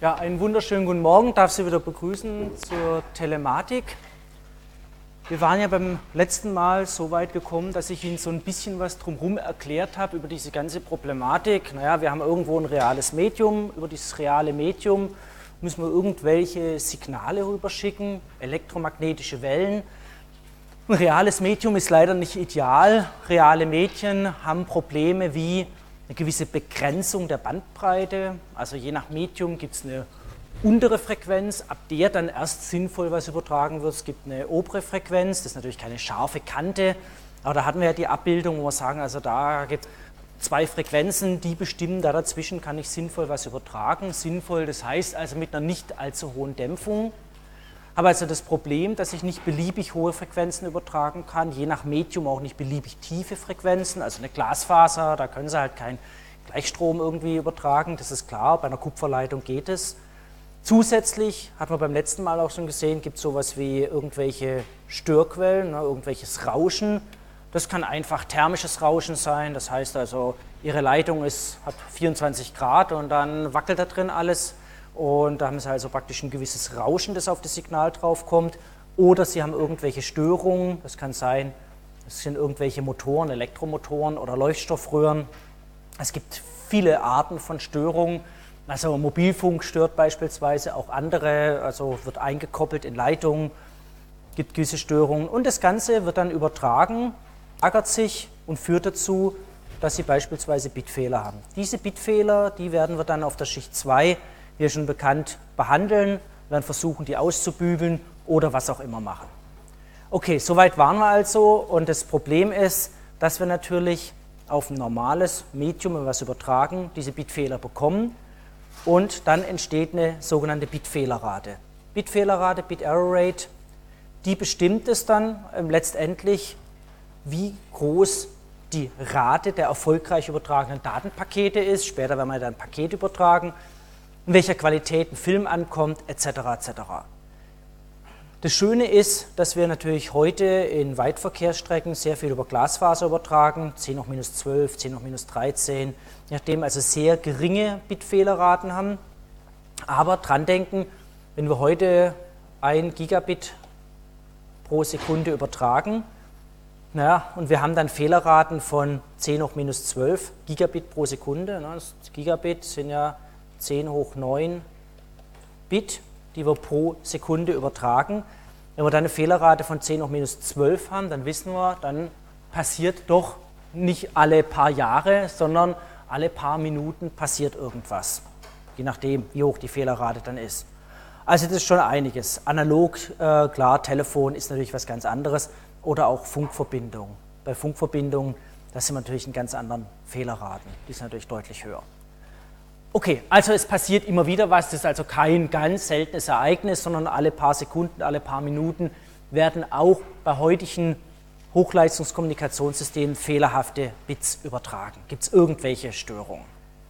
Ja, einen wunderschönen guten Morgen. Ich darf Sie wieder begrüßen zur Telematik. Wir waren ja beim letzten Mal so weit gekommen, dass ich Ihnen so ein bisschen was drumherum erklärt habe über diese ganze Problematik. Naja, wir haben irgendwo ein reales Medium. Über dieses reale Medium müssen wir irgendwelche Signale rüberschicken, elektromagnetische Wellen. Ein reales Medium ist leider nicht ideal. Reale Medien haben Probleme wie eine gewisse Begrenzung der Bandbreite. Also je nach Medium gibt es eine untere Frequenz, ab der dann erst sinnvoll was übertragen wird. Es gibt eine obere Frequenz, das ist natürlich keine scharfe Kante, aber da hatten wir ja die Abbildung, wo wir sagen, also da gibt es zwei Frequenzen, die bestimmen, da dazwischen kann ich sinnvoll was übertragen. Sinnvoll, das heißt also mit einer nicht allzu hohen Dämpfung. Habe also das Problem, dass ich nicht beliebig hohe Frequenzen übertragen kann, je nach Medium auch nicht beliebig tiefe Frequenzen, also eine Glasfaser, da können Sie halt keinen Gleichstrom irgendwie übertragen, das ist klar, bei einer Kupferleitung geht es. Zusätzlich, hatten wir beim letzten Mal auch schon gesehen, gibt es sowas wie irgendwelche Störquellen, irgendwelches Rauschen. Das kann einfach thermisches Rauschen sein, das heißt also, Ihre Leitung hat 24 Grad und dann wackelt da drin alles. Und da haben Sie also praktisch ein gewisses Rauschen, das auf das Signal drauf kommt. Oder Sie haben irgendwelche Störungen, das kann sein, es sind irgendwelche Motoren, Elektromotoren oder Leuchtstoffröhren. Es gibt viele Arten von Störungen. Also Mobilfunk stört beispielsweise auch andere, also wird eingekoppelt in Leitungen, gibt gewisse Störungen. Und das Ganze wird dann übertragen, lagert sich und führt dazu, dass Sie beispielsweise Bitfehler haben. Diese Bitfehler, die werden wir dann auf der Schicht 2 wie schon bekannt, behandeln, dann versuchen, die auszubügeln oder was auch immer machen. Okay, soweit waren wir also und das Problem ist, dass wir natürlich auf ein normales Medium, wenn wir was übertragen, diese Bitfehler bekommen und dann entsteht eine sogenannte Bitfehlerrate. Bitfehlerrate, Bit-Error-Rate, die bestimmt es dann letztendlich, wie groß die Rate der erfolgreich übertragenen Datenpakete ist. Später werden wir dann ein Paket übertragen. In welcher Qualität ein Film ankommt, etc. etc. Das Schöne ist, dass wir natürlich heute in Weitverkehrsstrecken sehr viel über Glasfaser übertragen, 10 hoch minus 12, 10 hoch minus 13, je nachdem also sehr geringe Bitfehlerraten haben. Aber dran denken, wenn wir heute 1 Gigabit pro Sekunde übertragen, und wir haben dann Fehlerraten von 10 hoch minus 12 Gigabit pro Sekunde, das Gigabit sind ja 10 hoch 9 Bit, die wir pro Sekunde übertragen. Wenn wir dann eine Fehlerrate von 10 hoch minus 12 haben, dann wissen wir, dann passiert doch nicht alle paar Jahre, sondern alle paar Minuten passiert irgendwas. Je nachdem, wie hoch die Fehlerrate dann ist. Also das ist schon einiges. Analog, klar, Telefon ist natürlich was ganz anderes oder auch Funkverbindung. Bei Funkverbindungen, da sind wir natürlich in ganz anderen Fehlerraten. Die sind natürlich deutlich höher. Okay, also es passiert immer wieder was, das ist also kein ganz seltenes Ereignis, sondern alle paar Sekunden, alle paar Minuten werden auch bei heutigen Hochleistungskommunikationssystemen fehlerhafte Bits übertragen. Gibt es irgendwelche Störungen?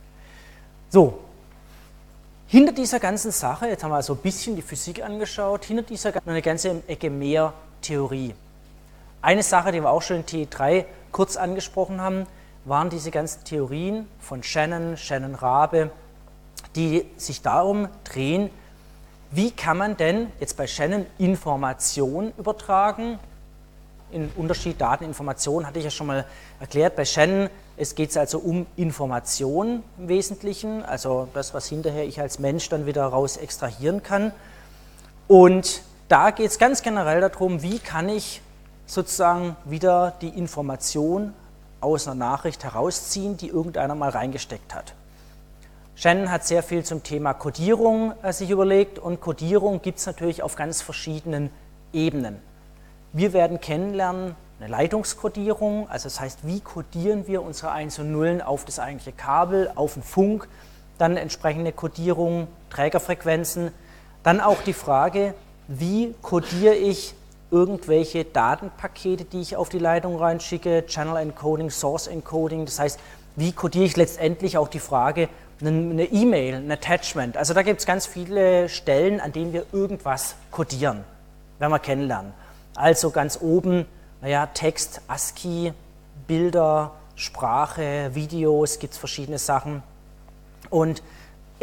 So, hinter dieser ganzen Sache, jetzt haben wir also ein bisschen die Physik angeschaut, hinter dieser eine ganze Ecke mehr Theorie. Eine Sache, die wir auch schon in T3 kurz angesprochen haben, waren diese ganzen Theorien von Shannon, Shannon-Rabe, die sich darum drehen, wie kann man denn jetzt bei Shannon Information übertragen? In Unterschied Daten, Information hatte ich ja schon mal erklärt. Bei Shannon geht es also um Information im Wesentlichen, also das, was hinterher ich als Mensch dann wieder raus extrahieren kann. Und da geht es ganz generell darum, wie kann ich sozusagen wieder die Information aus einer Nachricht herausziehen, die irgendeiner mal reingesteckt hat. Shannon hat sehr viel zum Thema Codierung sich überlegt und Codierung gibt es natürlich auf ganz verschiedenen Ebenen. Wir werden kennenlernen eine Leitungskodierung, also das heißt, wie codieren wir unsere 1 und Nullen auf das eigentliche Kabel, auf den Funk, dann entsprechende Codierung, Trägerfrequenzen, dann auch die Frage, wie codiere ich irgendwelche Datenpakete, die ich auf die Leitung reinschicke, Channel Encoding, Source Encoding, das heißt, wie codiere ich letztendlich auch die Frage, eine E-Mail, ein Attachment, also da gibt es ganz viele Stellen, an denen wir irgendwas codieren, werden wir kennenlernen. Also ganz oben, Text, ASCII, Bilder, Sprache, Videos, gibt es verschiedene Sachen und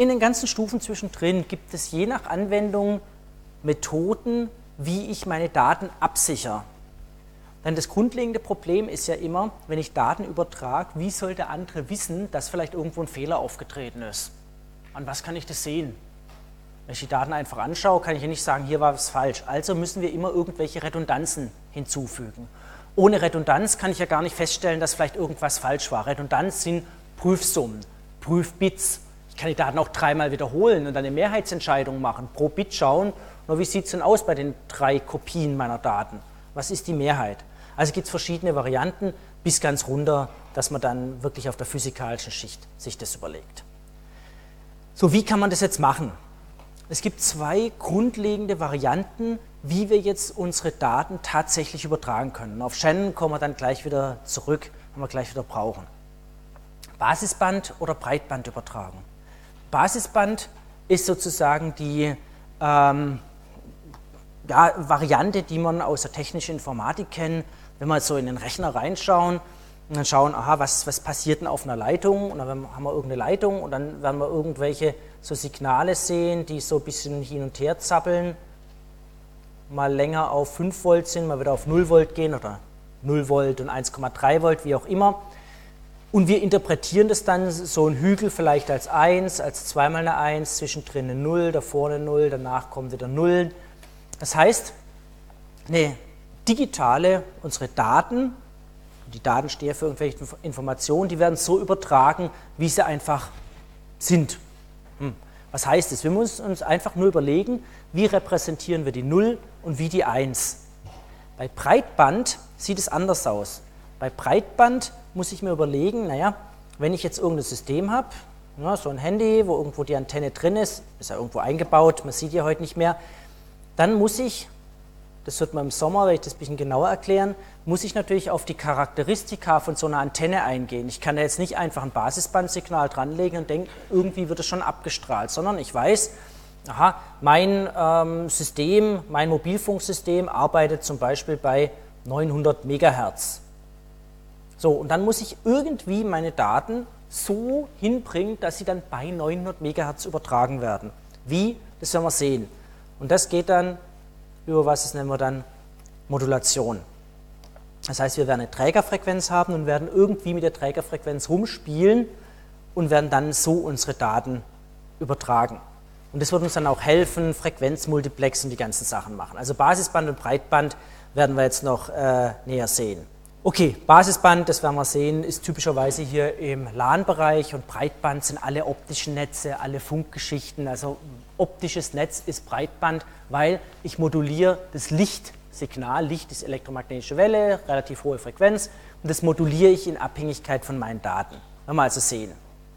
in den ganzen Stufen zwischendrin gibt es je nach Anwendung Methoden, wie ich meine Daten absichere. Denn das grundlegende Problem ist ja immer, wenn ich Daten übertrage, wie soll der andere wissen, dass vielleicht irgendwo ein Fehler aufgetreten ist? An was kann ich das sehen? Wenn ich die Daten einfach anschaue, kann ich ja nicht sagen, hier war was falsch. Also müssen wir immer irgendwelche Redundanzen hinzufügen. Ohne Redundanz kann ich ja gar nicht feststellen, dass vielleicht irgendwas falsch war. Redundanz sind Prüfsummen, Prüfbits. Ich kann die Daten auch dreimal wiederholen und dann eine Mehrheitsentscheidung machen, pro Bit schauen, nur wie sieht es denn aus bei den 3 Kopien meiner Daten? Was ist die Mehrheit? Also gibt es verschiedene Varianten, bis ganz runter, dass man dann wirklich auf der physikalischen Schicht sich das überlegt. So, wie kann man das jetzt machen? Es gibt 2 grundlegende Varianten, wie wir jetzt unsere Daten tatsächlich übertragen können. Auf Shannon kommen wir dann gleich wieder zurück, wenn wir gleich wieder brauchen. Basisband oder Breitbandübertragung. Basisband ist sozusagen die Variante, die man aus der technischen Informatik kennt. Wenn wir so in den Rechner reinschauen und dann schauen, aha, was passiert denn auf einer Leitung? Und dann haben wir irgendeine Leitung und dann werden wir irgendwelche so Signale sehen, die so ein bisschen hin und her zappeln, mal länger auf 5 Volt sind, mal wieder auf 0 Volt gehen oder 0 Volt und 1,3 Volt, wie auch immer. Und wir interpretieren das dann, so ein Hügel vielleicht als 1, als zweimal eine 1, zwischendrin eine 0, davor eine 0, danach kommen wieder 0. Das heißt, unsere Daten, die Daten stehen für irgendwelche Informationen, die werden so übertragen, wie sie einfach sind. Was heißt das? Wir müssen uns einfach nur überlegen, wie repräsentieren wir die 0 und wie die 1. Bei Breitband sieht es anders aus. Bei Breitband muss ich mir überlegen, naja, wenn ich jetzt irgendein System habe, so ein Handy, wo irgendwo die Antenne drin ist ja irgendwo eingebaut, man sieht ja heute nicht mehr, dann muss ich, das wird man im Sommer, werde ich das ein bisschen genauer erklären, muss ich natürlich auf die Charakteristika von so einer Antenne eingehen. Ich kann da jetzt nicht einfach ein Basisbandsignal dranlegen und denken, irgendwie wird es schon abgestrahlt, sondern ich weiß, aha, mein System, mein Mobilfunksystem arbeitet zum Beispiel bei 900 Megahertz. So, und dann muss ich irgendwie meine Daten so hinbringen, dass sie dann bei 900 Megahertz übertragen werden. Wie? Das werden wir sehen. Und das geht dann über was, das nennen wir dann Modulation. Das heißt, wir werden eine Trägerfrequenz haben und werden irgendwie mit der Trägerfrequenz rumspielen und werden dann so unsere Daten übertragen. Und das wird uns dann auch helfen, Frequenzmultiplex und die ganzen Sachen machen. Also Basisband und Breitband werden wir jetzt noch näher sehen. Okay, Basisband, das werden wir sehen, ist typischerweise hier im LAN-Bereich und Breitband sind alle optischen Netze, alle Funkgeschichten. Also optisches Netz ist Breitband, weil ich moduliere das Lichtsignal. Licht ist elektromagnetische Welle, relativ hohe Frequenz und das moduliere ich in Abhängigkeit von meinen Daten. Werden wir also sehen.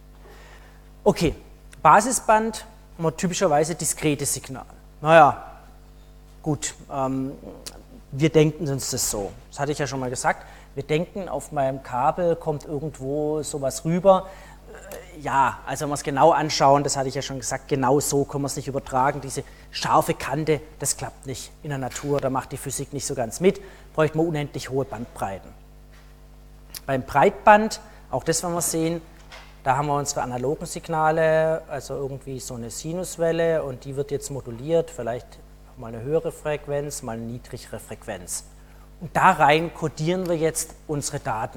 Okay, Basisband haben wir typischerweise diskrete Signal. Naja, gut, wir denken uns das so. Das hatte ich ja schon mal gesagt. Wir denken, auf meinem Kabel kommt irgendwo sowas rüber. Ja, also wenn wir es genau anschauen, das hatte ich ja schon gesagt, genau so können wir es nicht übertragen. Diese scharfe Kante, das klappt nicht in der Natur, da macht die Physik nicht so ganz mit. Bräuchte man unendlich hohe Bandbreiten. Beim Breitband, auch das werden wir sehen, da haben wir unsere analogen Signale, also irgendwie so eine Sinuswelle und die wird jetzt moduliert, vielleicht mal eine höhere Frequenz, mal eine niedrigere Frequenz. Und da rein codieren wir jetzt unsere Daten.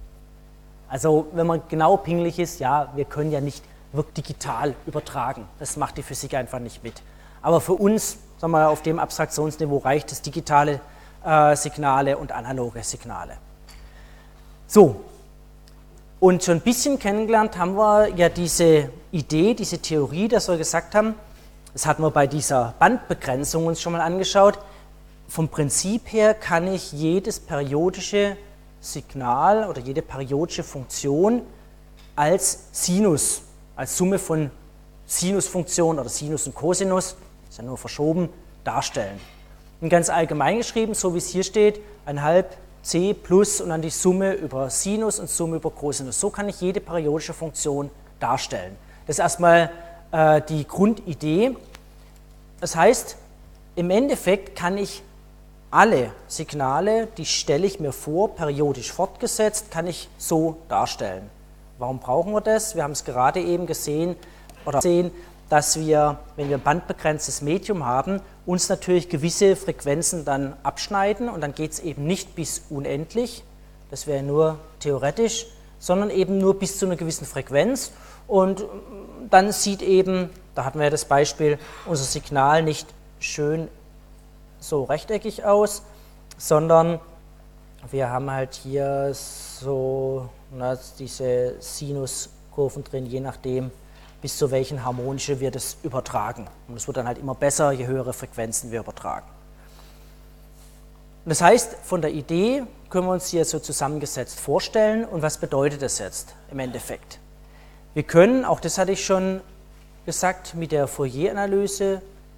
Also wenn man genau pingelig ist, ja, wir können ja nicht wirklich digital übertragen. Das macht die Physik einfach nicht mit. Aber für uns, sagen wir mal, auf dem Abstraktionsniveau reicht es digitale Signale und analoge Signale. So, und schon ein bisschen kennengelernt haben wir ja diese Idee, diese Theorie, dass wir gesagt haben, das hatten wir bei dieser Bandbegrenzung uns schon mal angeschaut. Vom Prinzip her kann ich jedes periodische Signal oder jede periodische Funktion als Sinus, als Summe von Sinusfunktionen oder Sinus und Cosinus, ist ja nur verschoben, darstellen. Und ganz allgemein geschrieben, so wie es hier steht, 1/2 c plus und dann die Summe über Sinus und Summe über Cosinus. So kann ich jede periodische Funktion darstellen. Das ist erstmal die Grundidee. Das heißt, im Endeffekt kann ich alle Signale, die stelle ich mir vor, periodisch fortgesetzt, kann ich so darstellen. Warum brauchen wir das? Wir haben es gerade eben gesehen, oder sehen, dass wir, wenn wir ein bandbegrenztes Medium haben, uns natürlich gewisse Frequenzen dann abschneiden und dann geht es eben nicht bis unendlich, das wäre nur theoretisch, sondern eben nur bis zu einer gewissen Frequenz und dann sieht eben, da hatten wir ja das Beispiel, unser Signal nicht schön so rechteckig aus, sondern wir haben halt hier so diese Sinuskurven drin, je nachdem, bis zu welchen harmonische wir das übertragen. Und es wird dann halt immer besser, je höhere Frequenzen wir übertragen. Und das heißt, von der Idee können wir uns hier so zusammengesetzt vorstellen. Und was bedeutet das jetzt im Endeffekt? Wir können, auch das hatte ich schon gesagt, mit der Fourier-Analyse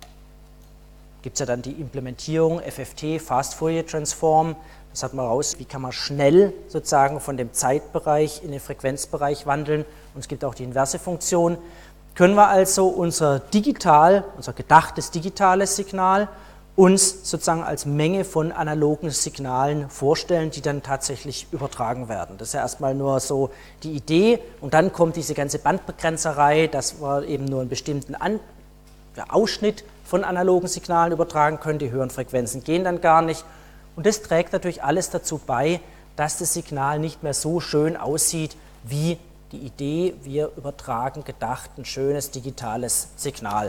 gibt es ja dann die Implementierung FFT, Fast Fourier Transform. Das hat man raus, wie kann man schnell sozusagen von dem Zeitbereich in den Frequenzbereich wandeln. Und es gibt auch die inverse Funktion. Können wir also unser gedachtes digitales Signal uns sozusagen als Menge von analogen Signalen vorstellen, die dann tatsächlich übertragen werden. Das ist ja erstmal nur so die Idee. Und dann kommt diese ganze Bandbegrenzerei, dass wir eben nur einen bestimmten Ausschnitt von analogen Signalen übertragen können. Die höheren Frequenzen gehen dann gar nicht. Und das trägt natürlich alles dazu bei, dass das Signal nicht mehr so schön aussieht, wie die Idee, wir übertragen gedacht ein schönes digitales Signal.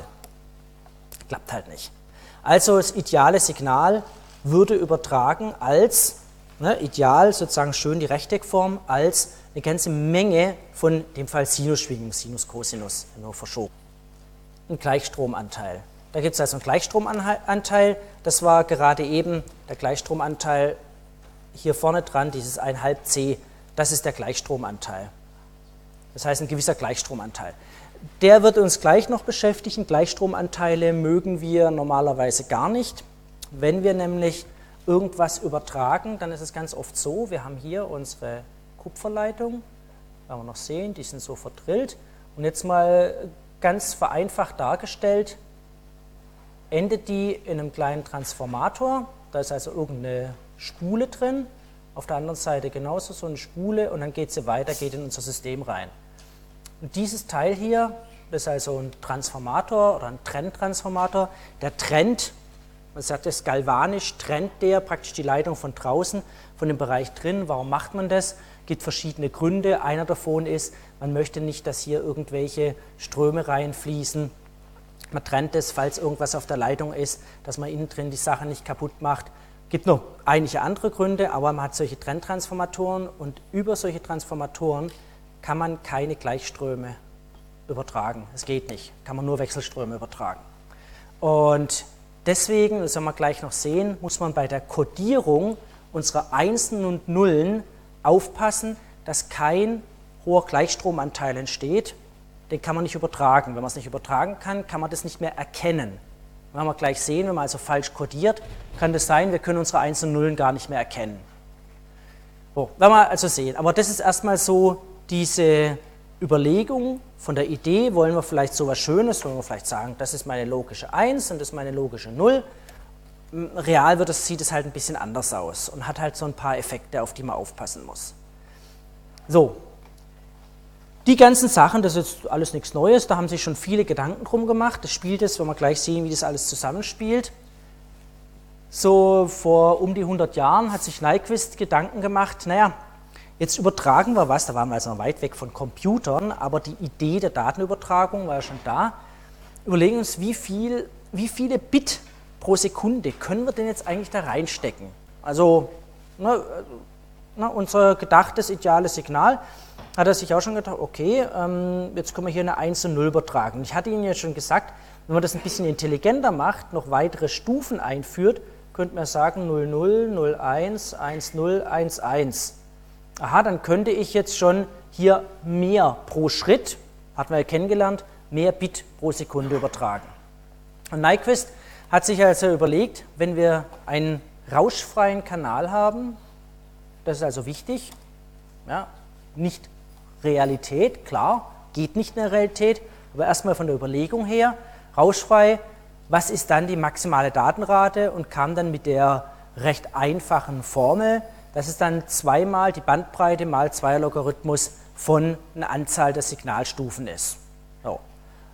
Klappt halt nicht. Also das ideale Signal würde übertragen als, ideal sozusagen schön die Rechteckform, als eine ganze Menge von dem Fall Sinusschwingung, Sinus, Cosinus, nur verschoben. Ein Gleichstromanteil. Da gibt es also einen Gleichstromanteil, das war gerade eben der Gleichstromanteil hier vorne dran, dieses 1,5 C, das ist der Gleichstromanteil. Das heißt ein gewisser Gleichstromanteil. Der wird uns gleich noch beschäftigen. Gleichstromanteile mögen wir normalerweise gar nicht. Wenn wir nämlich irgendwas übertragen, dann ist es ganz oft so, wir haben hier unsere Kupferleitung, werden wir noch sehen, die sind so verdrillt. Und jetzt mal ganz vereinfacht dargestellt, endet die in einem kleinen Transformator, da ist also irgendeine Spule drin, auf der anderen Seite genauso so eine Spule und dann geht sie weiter, geht in unser System rein. Und dieses Teil hier, das ist also ein Transformator oder ein Trenntransformator, der trennt, man sagt es galvanisch, trennt der praktisch die Leitung von draußen, von dem Bereich drin. Warum macht man das? Es gibt verschiedene Gründe. Einer davon ist, man möchte nicht, dass hier irgendwelche Ströme reinfließen. Man trennt es, falls irgendwas auf der Leitung ist, dass man innen drin die Sache nicht kaputt macht. Es gibt noch einige andere Gründe, aber man hat solche Trenntransformatoren und über solche Transformatoren kann man keine Gleichströme übertragen. Es geht nicht, kann man nur Wechselströme übertragen. Und deswegen, das werden wir gleich noch sehen, muss man bei der Codierung unserer Einsen und Nullen aufpassen, dass kein hoher Gleichstromanteil entsteht. Den kann man nicht übertragen. Wenn man es nicht übertragen kann, kann man das nicht mehr erkennen. Das werden wir gleich sehen, wenn man also falsch codiert, kann das sein, wir können unsere Einsen und Nullen gar nicht mehr erkennen. So, werden wir also sehen. Aber das ist erstmal so diese Überlegung von der Idee, wollen wir vielleicht so was Schönes, wollen wir vielleicht sagen, das ist meine logische 1 und das ist meine logische 0. Real sieht es halt ein bisschen anders aus und hat halt so ein paar Effekte, auf die man aufpassen muss. So, die ganzen Sachen, das ist jetzt alles nichts Neues, da haben sich schon viele Gedanken drum gemacht. Das spielt es, wenn wir gleich sehen, wie das alles zusammenspielt. So vor um die 100 Jahren hat sich Nyquist Gedanken gemacht, naja, jetzt übertragen wir was, da waren wir also noch weit weg von Computern, aber die Idee der Datenübertragung war ja schon da. Überlegen uns, wie viele Bit pro Sekunde können wir denn jetzt eigentlich da reinstecken? Also unser gedachtes ideales Signal, hat er sich auch schon gedacht, okay, jetzt können wir hier eine 1 und 0 übertragen. Ich hatte Ihnen ja schon gesagt, wenn man das ein bisschen intelligenter macht, noch weitere Stufen einführt, könnte man sagen 00, 01, 10, 11. Aha, dann könnte ich jetzt schon hier mehr pro Schritt, hatten wir ja kennengelernt, mehr Bit pro Sekunde übertragen. Und Nyquist hat sich also überlegt, wenn wir einen rauschfreien Kanal haben, das ist also wichtig, ja, nicht Realität, klar, geht nicht in der Realität, aber erstmal von der Überlegung her, rauschfrei, was ist dann die maximale Datenrate und kam dann mit der recht einfachen Formel, dass es dann zweimal die Bandbreite mal Zweierlogarithmus von einer Anzahl der Signalstufen ist. So.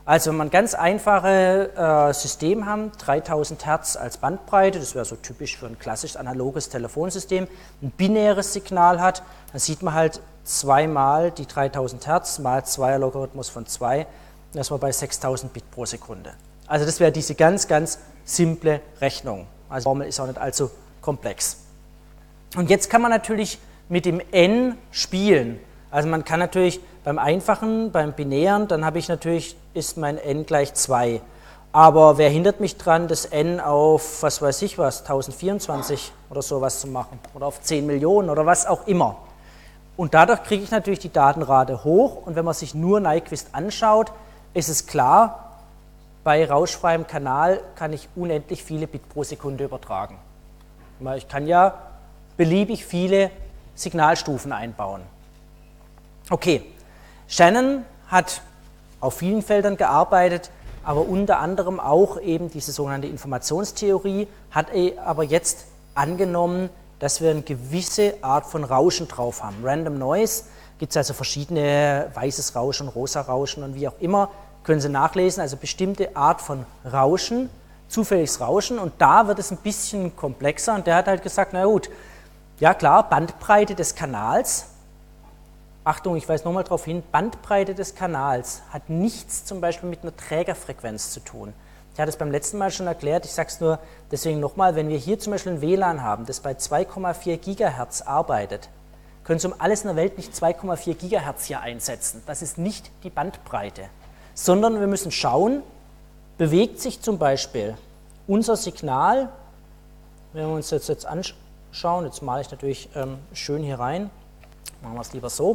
Also wenn wir ein ganz einfaches System haben, 3000 Hertz als Bandbreite, das wäre so typisch für ein klassisches analoges Telefonsystem, ein binäres Signal hat, dann sieht man halt zweimal die 3000 Hertz mal 2er Logarithmus von 2, das war bei 6000 Bit pro Sekunde. Also das wäre diese ganz, ganz simple Rechnung. Also die Formel ist auch nicht allzu komplex. Und jetzt kann man natürlich mit dem N spielen. Also man kann natürlich beim Einfachen, beim Binären, dann habe ich natürlich, ist mein N gleich 2. Aber wer hindert mich dran, das N auf, was weiß ich was, 1024 oder sowas zu machen? Oder auf 10 Millionen oder was auch immer. Und dadurch kriege ich natürlich die Datenrate hoch. Und wenn man sich nur Nyquist anschaut, ist es klar, bei rauschfreiem Kanal kann ich unendlich viele Bit pro Sekunde übertragen. Ich kann ja beliebig viele Signalstufen einbauen. Okay, Shannon hat auf vielen Feldern gearbeitet, aber unter anderem auch eben diese sogenannte Informationstheorie, hat er aber jetzt angenommen, dass wir eine gewisse Art von Rauschen drauf haben. Random Noise, gibt es also verschiedene, weißes Rauschen, rosa Rauschen und wie auch immer, können Sie nachlesen, also bestimmte Art von Rauschen, zufälliges Rauschen, und da wird es ein bisschen komplexer und der hat halt gesagt, na gut, ja klar, Bandbreite des Kanals, Achtung, ich weise nochmal darauf hin, Bandbreite des Kanals hat nichts zum Beispiel mit einer Trägerfrequenz zu tun. Ich hatte es beim letzten Mal schon erklärt, ich sage es nur deswegen nochmal, wenn wir hier zum Beispiel ein WLAN haben, das bei 2,4 Gigahertz arbeitet, können Sie um alles in der Welt nicht 2,4 Gigahertz hier einsetzen. Das ist nicht die Bandbreite, sondern wir müssen schauen, bewegt sich zum Beispiel unser Signal, wenn wir uns das jetzt anschauen, jetzt male ich natürlich schön hier rein, machen wir es lieber so.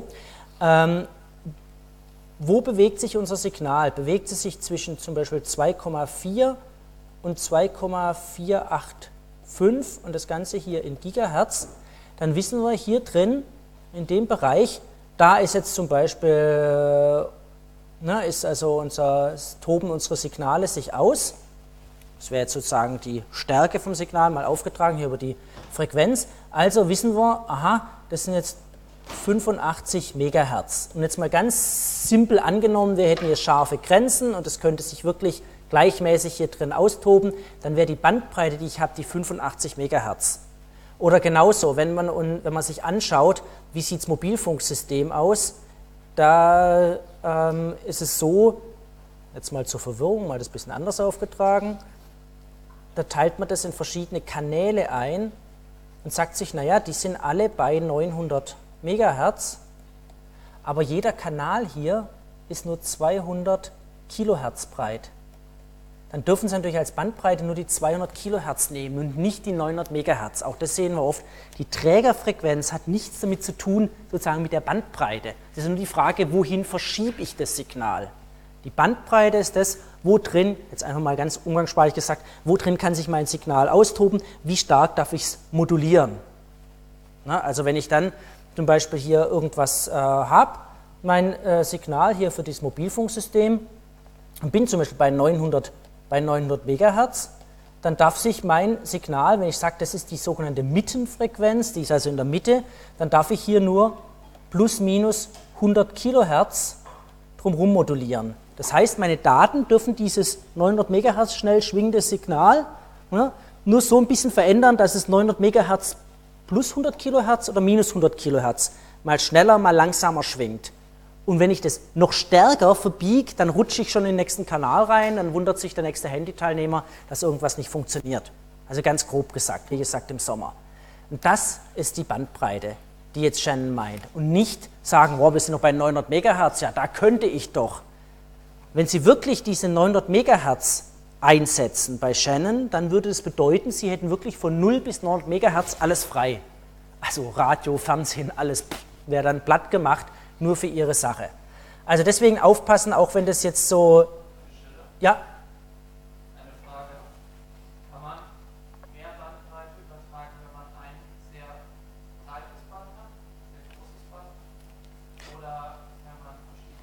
Wo bewegt sich unser Signal? Bewegt es sich zwischen zum Beispiel 2,4 und 2,485 und das Ganze hier in Gigahertz, dann wissen wir hier drin, in dem Bereich, da ist jetzt zum Beispiel, ist also das Toben unserer Signale sich aus. Das wäre jetzt sozusagen die Stärke vom Signal, mal aufgetragen hier über die Frequenz. Also wissen wir, aha, das sind jetzt 85 Megahertz. Und jetzt mal ganz simpel angenommen, wir hätten hier scharfe Grenzen und es könnte sich wirklich gleichmäßig hier drin austoben, dann wäre die Bandbreite, die ich habe, die 85 Megahertz. Oder genauso, wenn man sich anschaut, wie sieht das Mobilfunksystem aus, da ist es so, jetzt mal zur Verwirrung, mal das ein bisschen anders aufgetragen, da teilt man das in verschiedene Kanäle ein und sagt sich, naja, die sind alle bei 900 Megahertz, aber jeder Kanal hier ist nur 200 Kilohertz breit. Dann dürfen Sie natürlich als Bandbreite nur die 200 Kilohertz nehmen und nicht die 900 Megahertz. Auch das sehen wir oft. Die Trägerfrequenz hat nichts damit zu tun, sozusagen mit der Bandbreite. Das ist nur die Frage, wohin verschiebe ich das Signal? Die Bandbreite ist das, wo drin, jetzt einfach mal ganz umgangssprachlich gesagt, wo drin kann sich mein Signal austoben, wie stark darf ich es modulieren? Also wenn ich dann zum Beispiel hier irgendwas habe, mein Signal hier für dieses Mobilfunksystem, und bin zum Beispiel bei 900 Megahertz, dann darf sich mein Signal, wenn ich sage, das ist die sogenannte Mittenfrequenz, die ist also in der Mitte, dann darf ich hier nur plus minus 100 Kilohertz drumherum modulieren. Das heißt, meine Daten dürfen dieses 900 Megahertz schnell schwingende Signal nur so ein bisschen verändern, dass es 900 Megahertz plus 100 Kilohertz oder minus 100 Kilohertz mal schneller, mal langsamer schwingt. Und wenn ich das noch stärker verbiege, dann rutsche ich schon in den nächsten Kanal rein, dann wundert sich der nächste Handyteilnehmer, dass irgendwas nicht funktioniert. Also ganz grob gesagt, wie gesagt im Sommer. Und das ist die Bandbreite, die jetzt Shannon meint. Und nicht sagen, wir sind noch bei 900 Megahertz, ja, da könnte ich doch. Wenn Sie wirklich diese 900 Megahertz einsetzen bei Shannon, dann würde das bedeuten, Sie hätten wirklich von 0 bis 900 Megahertz alles frei. Also Radio, Fernsehen, alles wäre dann platt gemacht, nur für Ihre Sache. Also deswegen aufpassen, auch wenn das jetzt so, ja? Eine Frage, kann man mehr Bandbreite übertragen, wenn man ein sehr breites Band hat, sehr großes Band, oder kann man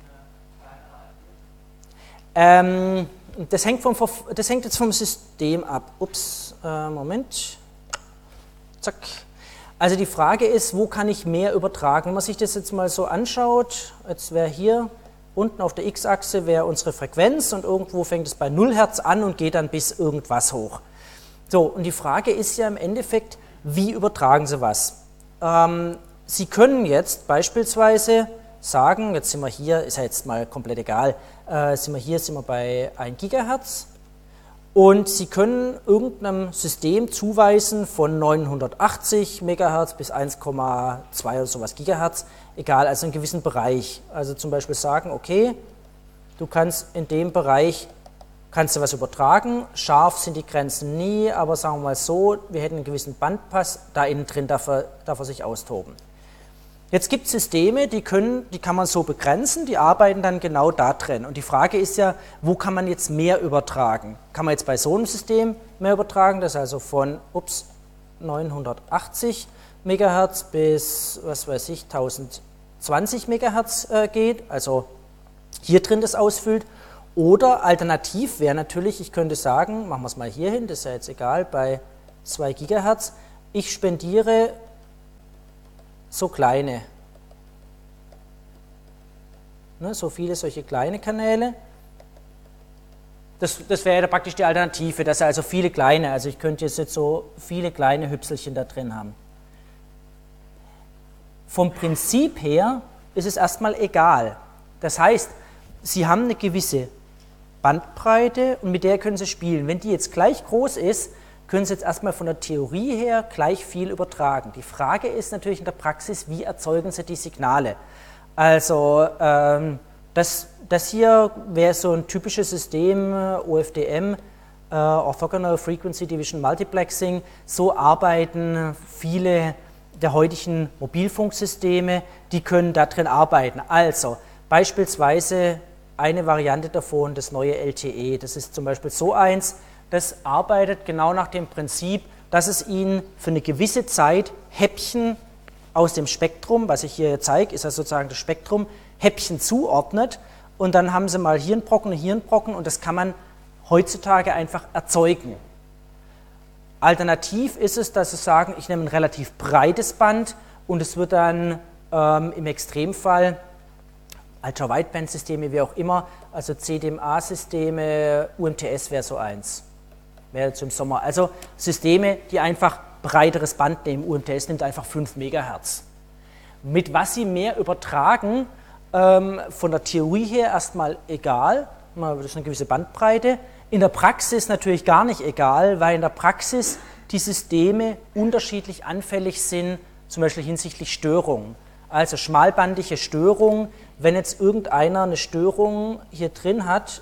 verschiedene kleinere einführen? Das hängt jetzt vom System ab. Ups, Moment. Zack. Also die Frage ist, wo kann ich mehr übertragen? Wenn man sich das jetzt mal so anschaut, jetzt wäre hier unten auf der X-Achse wäre unsere Frequenz und irgendwo fängt es bei 0 Hertz an und geht dann bis irgendwas hoch. So, und die Frage ist ja im Endeffekt, wie übertragen Sie was? Sie können jetzt beispielsweise sagen, jetzt sind wir hier, ist ja jetzt mal komplett egal, sind wir bei 1 Gigahertz und Sie können irgendeinem System zuweisen von 980 Megahertz bis 1,2 oder sowas Gigahertz, egal, also einen gewissen Bereich. Also zum Beispiel sagen, okay, du kannst in dem Bereich, kannst du was übertragen, scharf sind die Grenzen nie, aber sagen wir mal so, wir hätten einen gewissen Bandpass, da innen drin darf er sich austoben. Jetzt gibt es Systeme, die kann man so begrenzen, die arbeiten dann genau da drin. Und die Frage ist ja, wo kann man jetzt mehr übertragen? Kann man jetzt bei so einem System mehr übertragen, das also von 980 Megahertz bis, was weiß ich, 1020 Megahertz geht, also hier drin das ausfüllt. Oder alternativ wäre natürlich, ich könnte sagen, machen wir es mal hier hin, das ist ja jetzt egal, bei 2 Gigahertz, ich spendiere so kleine, ne, so viele solche kleine Kanäle. Das wäre ja praktisch die Alternative, dass also viele kleine, also ich könnte jetzt so viele kleine Hüpselchen da drin haben. Vom Prinzip her ist es erstmal egal. Das heißt, Sie haben eine gewisse Bandbreite und mit der können Sie spielen. Wenn die jetzt gleich groß ist, können Sie jetzt erstmal von der Theorie her gleich viel übertragen. Die Frage ist natürlich in der Praxis, wie erzeugen Sie die Signale? Also das hier wäre so ein typisches System, OFDM, Orthogonal Frequency Division Multiplexing. So arbeiten viele der heutigen Mobilfunksysteme, die können da drin arbeiten. Also beispielsweise eine Variante davon, das neue LTE, das ist zum Beispiel so eins, das arbeitet genau nach dem Prinzip, dass es Ihnen für eine gewisse Zeit Häppchen aus dem Spektrum, was ich hier zeige, ist ja sozusagen das Spektrum, Häppchen zuordnet und dann haben Sie mal hier einen Brocken und das kann man heutzutage einfach erzeugen. Alternativ ist es, dass Sie sagen, ich nehme ein relativ breites Band und es wird dann im Extremfall Ultra-Wideband-Systeme, wie auch immer, also CDMA-Systeme, UMTS wäre so eins. Wäre jetzt im Sommer. Also Systeme, die einfach breiteres Band nehmen. UMTS nimmt einfach 5 Megahertz. Mit was sie mehr übertragen, von der Theorie her erstmal egal, das ist eine gewisse Bandbreite. In der Praxis natürlich gar nicht egal, weil in der Praxis die Systeme unterschiedlich anfällig sind, zum Beispiel hinsichtlich Störungen. Also schmalbandige Störungen, wenn jetzt irgendeiner eine Störung hier drin hat,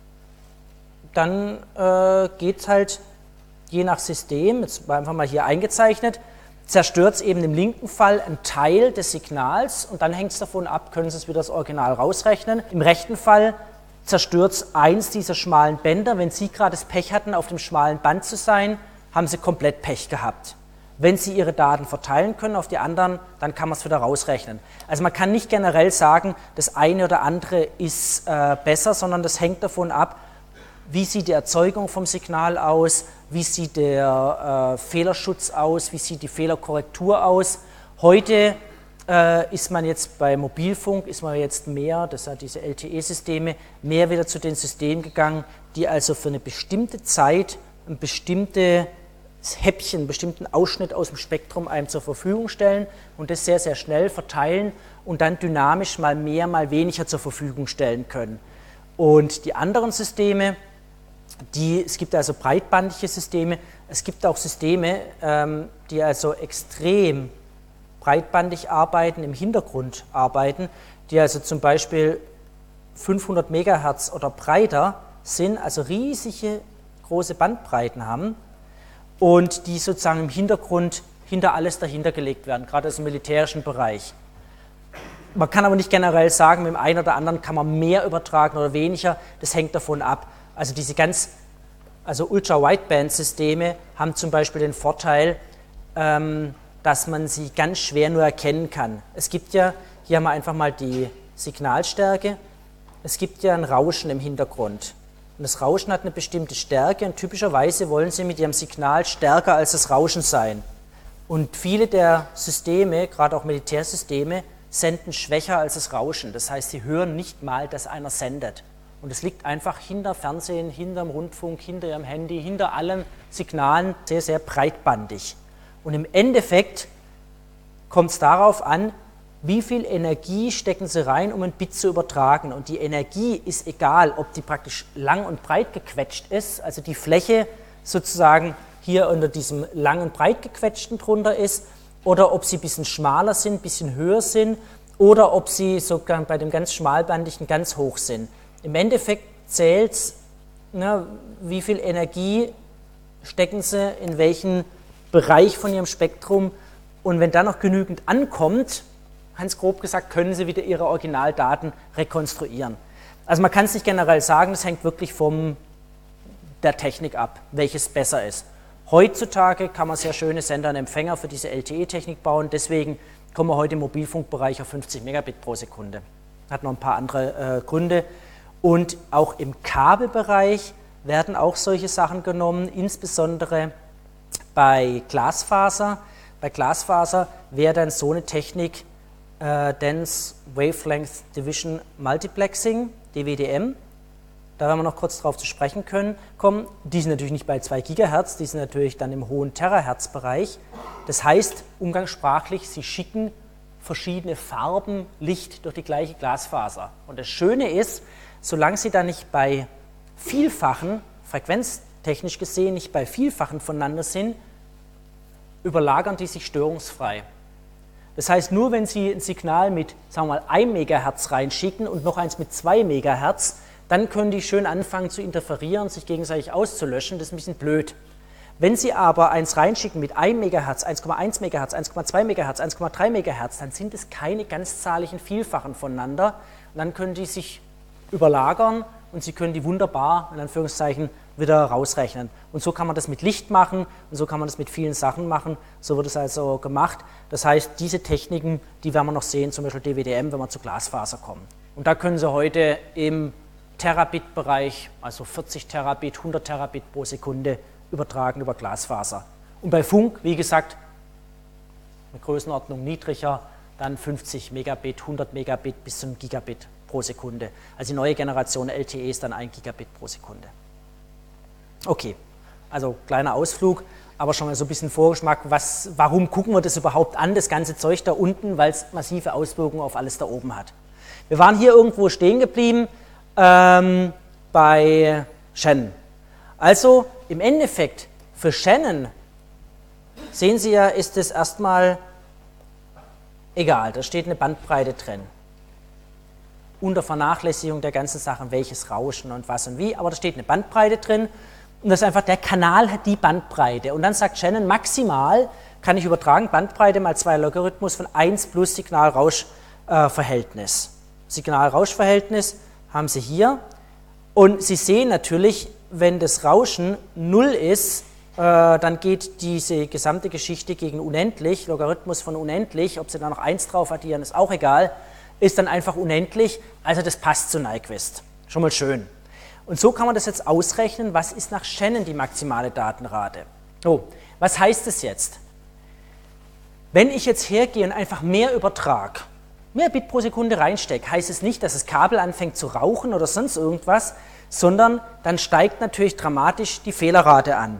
dann geht es halt je nach System, jetzt war einfach mal hier eingezeichnet, zerstört es eben im linken Fall einen Teil des Signals und dann hängt es davon ab, können Sie es wieder das Original rausrechnen. Im rechten Fall zerstört es eins dieser schmalen Bänder. Wenn Sie gerade das Pech hatten, auf dem schmalen Band zu sein, haben Sie komplett Pech gehabt. Wenn Sie Ihre Daten verteilen können auf die anderen, dann kann man es wieder rausrechnen. Also man kann nicht generell sagen, das eine oder andere ist besser, sondern das hängt davon ab, wie sieht die Erzeugung vom Signal aus, wie sieht der Fehlerschutz aus, wie sieht die Fehlerkorrektur aus. Heute ist man jetzt bei Mobilfunk, ist man jetzt mehr, das sind diese LTE-Systeme, mehr wieder zu den Systemen gegangen, die also für eine bestimmte Zeit ein bestimmtes Häppchen, einen bestimmten Ausschnitt aus dem Spektrum einem zur Verfügung stellen und das sehr, sehr schnell verteilen und dann dynamisch mal mehr, mal weniger zur Verfügung stellen können. Und die anderen Systeme, es gibt also breitbandige Systeme, es gibt auch Systeme, die also extrem breitbandig arbeiten, im Hintergrund arbeiten, die also zum Beispiel 500 Megahertz oder breiter sind, also riesige große Bandbreiten haben und die sozusagen im Hintergrund hinter alles dahinter gelegt werden, gerade aus dem militärischen Bereich. Man kann aber nicht generell sagen, mit dem einen oder anderen kann man mehr übertragen oder weniger, das hängt davon ab. Also diese Ultra-Wideband-Systeme haben zum Beispiel den Vorteil, dass man sie ganz schwer nur erkennen kann. Es gibt ja, hier haben wir einfach mal die Signalstärke, es gibt ja ein Rauschen im Hintergrund. Und das Rauschen hat eine bestimmte Stärke und typischerweise wollen Sie mit Ihrem Signal stärker als das Rauschen sein. Und viele der Systeme, gerade auch Militärsysteme, senden schwächer als das Rauschen. Das heißt, sie hören nicht mal, dass einer sendet. Und es liegt einfach hinter Fernsehen, hinterm Rundfunk, hinter ihrem Handy, hinter allen Signalen sehr, sehr breitbandig. Und im Endeffekt kommt es darauf an, wie viel Energie stecken Sie rein, um ein Bit zu übertragen. Und die Energie ist egal, ob die praktisch lang und breit gequetscht ist, also die Fläche sozusagen hier unter diesem lang und breit gequetschten drunter ist, oder ob sie ein bisschen schmaler sind, ein bisschen höher sind, oder ob sie sogar bei dem ganz schmalbandigen ganz hoch sind. Im Endeffekt zählt es, wie viel Energie stecken Sie in welchen Bereich von Ihrem Spektrum, und wenn da noch genügend ankommt, ganz grob gesagt, können Sie wieder Ihre Originaldaten rekonstruieren. Also man kann es nicht generell sagen, das hängt wirklich von der Technik ab, welches besser ist. Heutzutage kann man sehr schöne Sender und Empfänger für diese LTE-Technik bauen, deswegen kommen wir heute im Mobilfunkbereich auf 50 Megabit pro Sekunde. Hat noch ein paar andere Gründe. Und auch im Kabelbereich werden auch solche Sachen genommen, insbesondere bei Glasfaser. Bei Glasfaser wäre dann so eine Technik Dense Wavelength Division Multiplexing, DWDM. Da werden wir noch kurz drauf zu sprechen kommen. Die sind natürlich nicht bei 2 GHz, die sind natürlich dann im hohen Terahertz-Bereich. Das heißt, umgangssprachlich, sie schicken verschiedene Farben Licht durch die gleiche Glasfaser. Und das Schöne ist, solange sie da nicht bei Vielfachen, frequenztechnisch gesehen, nicht bei Vielfachen voneinander sind, überlagern die sich störungsfrei. Das heißt, nur wenn Sie ein Signal mit, sagen wir mal, 1 MHz reinschicken und noch eins mit 2 MHz, dann können die schön anfangen zu interferieren, sich gegenseitig auszulöschen. Das ist ein bisschen blöd. Wenn Sie aber eins reinschicken mit 1 MHz, 1,1 MHz, 1,2 MHz, 1,3 MHz, dann sind es keine ganzzahligen Vielfachen voneinander. Und dann können die sich überlagern und Sie können die wunderbar, in Anführungszeichen, wieder rausrechnen. Und so kann man das mit Licht machen und so kann man das mit vielen Sachen machen. So wird es also gemacht. Das heißt, diese Techniken, die werden wir noch sehen, zum Beispiel DWDM, wenn wir zu Glasfaser kommen. Und da können Sie heute im Terabit-Bereich, also 40 Terabit, 100 Terabit pro Sekunde übertragen über Glasfaser. Und bei Funk, wie gesagt, eine Größenordnung niedriger, dann 50 Megabit, 100 Megabit bis zu einem Gigabit pro Sekunde. Also die neue Generation LTE ist dann 1 Gigabit pro Sekunde. Okay, also kleiner Ausflug, aber schon mal so ein bisschen Vorgeschmack, warum gucken wir das überhaupt an, das ganze Zeug da unten, weil es massive Auswirkungen auf alles da oben hat. Wir waren hier irgendwo stehen geblieben bei Shannon. Also im Endeffekt für Shannon, sehen Sie ja, ist es erstmal egal, da steht eine Bandbreite drin. Unter Vernachlässigung der ganzen Sachen, welches Rauschen und was und wie, aber da steht eine Bandbreite drin. Und das ist einfach, der Kanal hat die Bandbreite. Und dann sagt Shannon, maximal kann ich übertragen, Bandbreite mal 2 Logarithmus von 1 plus Signal-Rausch-Verhältnis. Signal-Rausch-Verhältnis haben Sie hier. Und Sie sehen natürlich, wenn das Rauschen 0 ist, dann geht diese gesamte Geschichte gegen unendlich, Logarithmus von unendlich, ob Sie da noch 1 drauf addieren, ist auch egal, ist dann einfach unendlich, also das passt zu Nyquist. Schon mal schön. Und so kann man das jetzt ausrechnen, was ist nach Shannon die maximale Datenrate. So, was heißt das jetzt? Wenn ich jetzt hergehe und einfach mehr übertrage, mehr Bit pro Sekunde reinstecke, heißt es nicht, dass das Kabel anfängt zu rauchen oder sonst irgendwas, sondern dann steigt natürlich dramatisch die Fehlerrate an.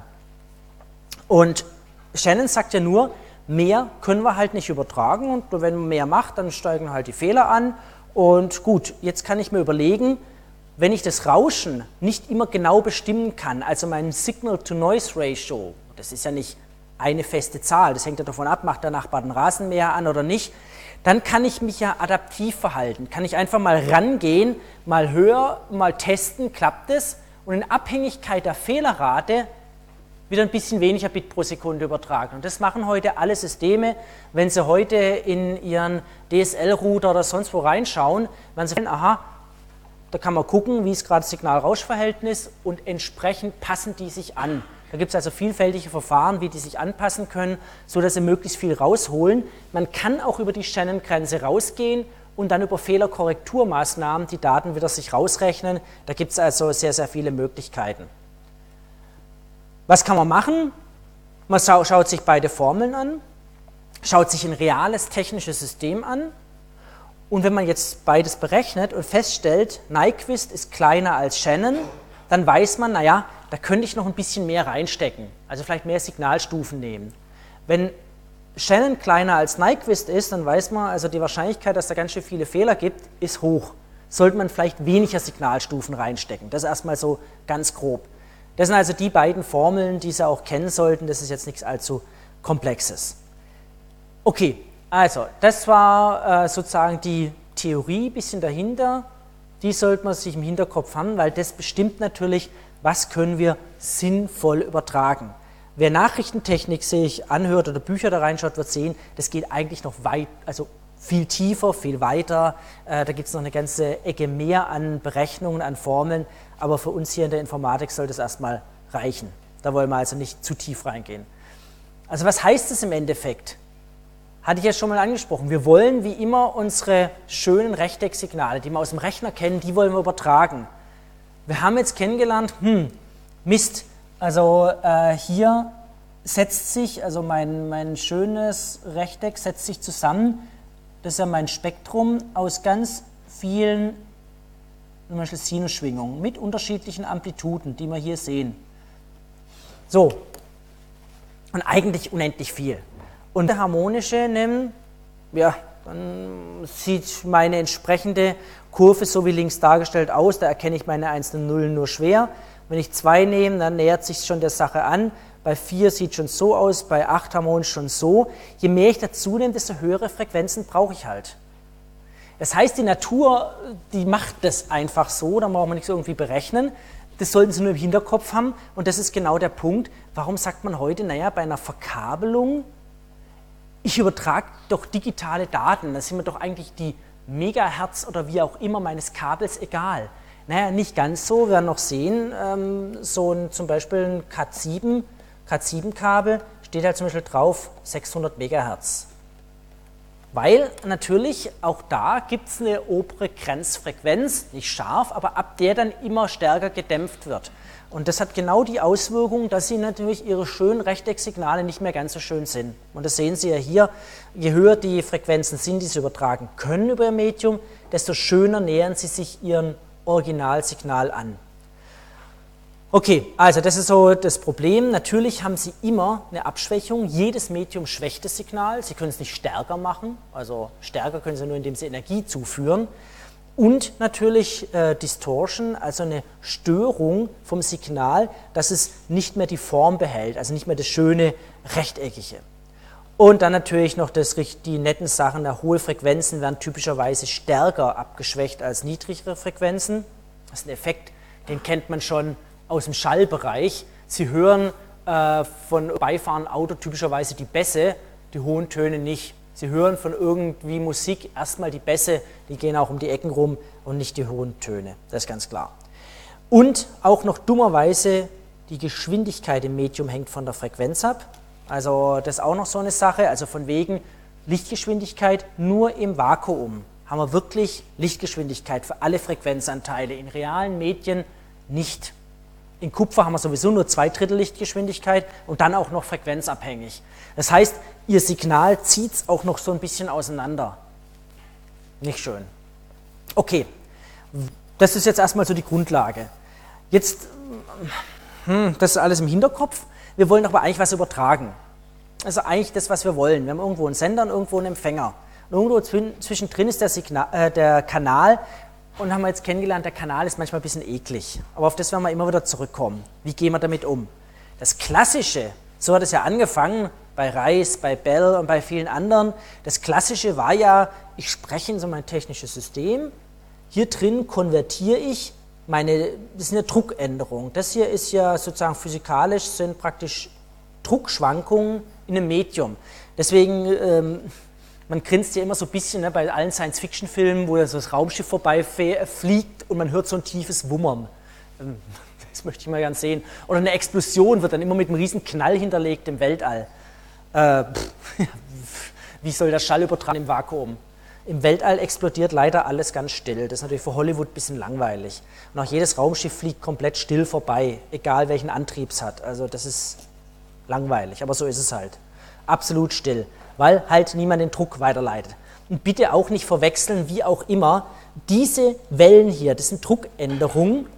Und Shannon sagt ja nur, mehr können wir halt nicht übertragen und wenn man mehr macht, dann steigen halt die Fehler an. Und gut, jetzt kann ich mir überlegen, wenn ich das Rauschen nicht immer genau bestimmen kann, also mein Signal-to-Noise-Ratio, das ist ja nicht eine feste Zahl, das hängt ja davon ab, macht der Nachbar den Rasenmäher an oder nicht, dann kann ich mich ja adaptiv verhalten, kann ich einfach mal rangehen, mal höher, mal testen, klappt es und in Abhängigkeit der Fehlerrate wieder ein bisschen weniger Bit pro Sekunde übertragen. Und das machen heute alle Systeme. Wenn Sie heute in Ihren DSL-Router oder sonst wo reinschauen, werden Sie sehen, aha, da kann man gucken, wie ist gerade das Signal-Rausch-Verhältnis und entsprechend passen die sich an. Da gibt es also vielfältige Verfahren, wie die sich anpassen können, sodass sie möglichst viel rausholen. Man kann auch über die Shannon-Grenze rausgehen und dann über Fehlerkorrekturmaßnahmen die Daten wieder sich rausrechnen. Da gibt es also sehr, sehr viele Möglichkeiten. Was kann man machen? Man schaut sich beide Formeln an, schaut sich ein reales technisches System an Und wenn man jetzt beides berechnet und feststellt, Nyquist ist kleiner als Shannon, dann weiß man, naja, da könnte ich noch ein bisschen mehr reinstecken, also vielleicht mehr Signalstufen nehmen. Wenn Shannon kleiner als Nyquist ist, dann weiß man, also die Wahrscheinlichkeit, dass da ganz schön viele Fehler gibt, ist hoch. Sollte man vielleicht weniger Signalstufen reinstecken. Das ist erstmal so ganz grob. Das sind also die beiden Formeln, die Sie auch kennen sollten. Das ist jetzt nichts allzu Komplexes. Okay, also das war sozusagen die Theorie, ein bisschen dahinter. Die sollte man sich im Hinterkopf haben, weil das bestimmt natürlich, was können wir sinnvoll übertragen. Wer Nachrichtentechnik sich anhört oder Bücher da reinschaut, wird sehen, das geht eigentlich noch weit, also viel tiefer, viel weiter. Da gibt es noch eine ganze Ecke mehr an Berechnungen, an Formeln. Aber für uns hier in der Informatik sollte es erstmal reichen. Da wollen wir also nicht zu tief reingehen. Also was heißt es im Endeffekt? Hatte ich ja schon mal angesprochen. Wir wollen wie immer unsere schönen Rechtecksignale, die wir aus dem Rechner kennen, die wollen wir übertragen. Wir haben jetzt kennengelernt, Mist, also hier setzt sich, also mein schönes Rechteck setzt sich zusammen. Das ist ja mein Spektrum aus ganz vielen, zum Beispiel Sinusschwingungen mit unterschiedlichen Amplituden, die wir hier sehen. So, und eigentlich unendlich viel. Und der harmonische nehmen, ja, dann sieht meine entsprechende Kurve so wie links dargestellt aus, da erkenne ich meine einzelnen Nullen nur schwer. Wenn ich 2 nehme, dann nähert sich schon der Sache an. Bei 4 sieht schon so aus, bei 8 harmonisch schon so. Je mehr ich dazu nehme, desto höhere Frequenzen brauche ich halt. Das heißt, die Natur, die macht das einfach so, da braucht man nichts irgendwie berechnen. Das sollten Sie nur im Hinterkopf haben und das ist genau der Punkt. Warum sagt man heute, naja, bei einer Verkabelung, ich übertrage doch digitale Daten, da sind mir doch eigentlich die Megahertz oder wie auch immer meines Kabels egal. Naja, nicht ganz so, wir werden noch sehen, so ein, zum Beispiel ein Cat7-Kabel steht halt zum Beispiel drauf 600 Megahertz. Weil natürlich auch da gibt es eine obere Grenzfrequenz, nicht scharf, aber ab der dann immer stärker gedämpft wird. Und das hat genau die Auswirkung, dass Sie natürlich Ihre schönen Rechtecksignale nicht mehr ganz so schön sind. Und das sehen Sie ja hier, je höher die Frequenzen sind, die Sie übertragen können über Ihr Medium, desto schöner nähern Sie sich Ihrem Originalsignal an. Okay, also das ist so das Problem. Natürlich haben Sie immer eine Abschwächung. Jedes Medium schwächt das Signal. Sie können es nicht stärker machen. Also stärker können Sie nur, indem Sie Energie zuführen. Und natürlich Distortion, also eine Störung vom Signal, dass es nicht mehr die Form behält, also nicht mehr das schöne Rechteckige. Und dann natürlich noch die netten Sachen, hohe Frequenzen werden typischerweise stärker abgeschwächt als niedrigere Frequenzen. Das ist ein Effekt, den kennt man schon aus dem Schallbereich. Sie hören von beifahrenden Auto typischerweise die Bässe, die hohen Töne nicht. Sie hören von irgendwie Musik erstmal die Bässe, die gehen auch um die Ecken rum und nicht die hohen Töne, das ist ganz klar. Und auch noch dummerweise, die Geschwindigkeit im Medium hängt von der Frequenz ab. Also das ist auch noch so eine Sache, also von wegen Lichtgeschwindigkeit nur im Vakuum haben wir wirklich Lichtgeschwindigkeit für alle Frequenzanteile, in realen Medien nicht. In Kupfer haben wir sowieso nur 2/3 Lichtgeschwindigkeit und dann auch noch frequenzabhängig. Das heißt, Ihr Signal zieht es auch noch so ein bisschen auseinander. Nicht schön. Okay, das ist jetzt erstmal so die Grundlage. Jetzt, das ist alles im Hinterkopf. Wir wollen aber eigentlich was übertragen. Also eigentlich das, was wir wollen. Wir haben irgendwo einen Sender und irgendwo einen Empfänger. Und irgendwo zwischendrin ist der Kanal. Und haben wir jetzt kennengelernt, der Kanal ist manchmal ein bisschen eklig. Aber auf das werden wir immer wieder zurückkommen. Wie gehen wir damit um? Das Klassische, so hat es ja angefangen, bei Reis, bei Bell und bei vielen anderen. Das Klassische war ja, ich spreche in so mein technisches System. Hier drin konvertiere ich das ist eine Druckänderung. Das hier ist ja sozusagen physikalisch, sind praktisch Druckschwankungen in einem Medium. Deswegen, man grinst ja immer so ein bisschen bei allen Science-Fiction-Filmen, wo so das Raumschiff vorbeifliegt und man hört so ein tiefes Wummern. Das möchte ich mal gern sehen. Oder eine Explosion wird dann immer mit einem riesen Knall hinterlegt im Weltall. Wie soll der Schall übertragen im Vakuum? Im Weltall explodiert leider alles ganz still. Das ist natürlich für Hollywood ein bisschen langweilig. Und auch jedes Raumschiff fliegt komplett still vorbei, egal welchen Antrieb es hat. Also das ist langweilig, aber so ist es halt. Absolut still, weil halt niemand den Druck weiterleitet. Und bitte auch nicht verwechseln, wie auch immer, diese Wellen hier, das sind Druckänderungen,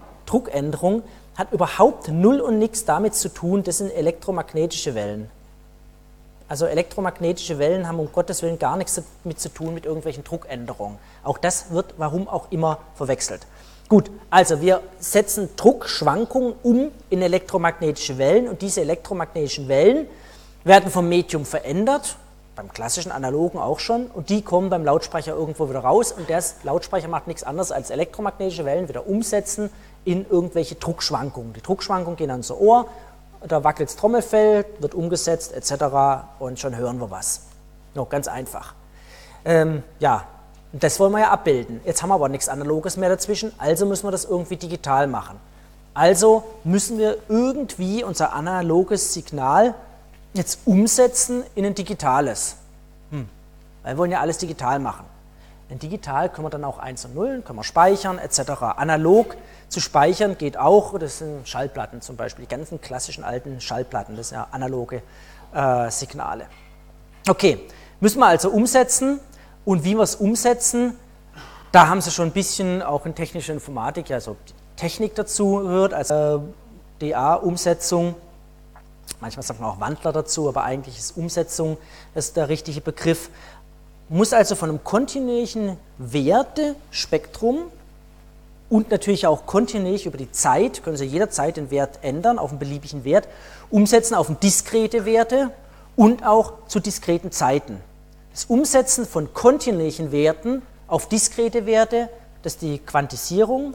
hat überhaupt null und nichts damit zu tun, das sind elektromagnetische Wellen. Also elektromagnetische Wellen haben um Gottes Willen gar nichts damit zu tun mit irgendwelchen Druckänderungen. Auch das wird, warum auch immer, verwechselt. Gut, also wir setzen Druckschwankungen um in elektromagnetische Wellen und diese elektromagnetischen Wellen werden vom Medium verändert, beim klassischen Analogen auch schon, und die kommen beim Lautsprecher irgendwo wieder raus und der Lautsprecher macht nichts anderes als elektromagnetische Wellen wieder umsetzen in irgendwelche Druckschwankungen. Die Druckschwankungen gehen ans Ohr, da wackelt das Trommelfell, wird umgesetzt etc. und schon hören wir was. No, ganz einfach. Ja, das wollen wir ja abbilden. Jetzt haben wir aber nichts Analoges mehr dazwischen, also müssen wir das irgendwie digital machen. Also müssen wir irgendwie unser analoges Signal jetzt umsetzen in ein digitales. Weil wir wollen ja alles digital machen. In digital können wir dann auch 1 und 0, können wir speichern etc. Analog zu speichern geht auch, das sind Schallplatten zum Beispiel, die ganzen klassischen alten Schallplatten, das sind ja analoge Signale. Okay, müssen wir also umsetzen und wie wir es umsetzen, da haben Sie schon ein bisschen auch in technischer Informatik, also die Technik dazu gehört, also DA-Umsetzung. Manchmal sagt man auch Wandler dazu, aber eigentlich ist Umsetzung das ist der richtige Begriff. Muss also von einem kontinuierlichen Wertespektrum und natürlich auch kontinuierlich über die Zeit, können Sie jederzeit den Wert ändern auf einen beliebigen Wert, umsetzen auf diskrete Werte und auch zu diskreten Zeiten. Das Umsetzen von kontinuierlichen Werten auf diskrete Werte, das ist die Quantisierung.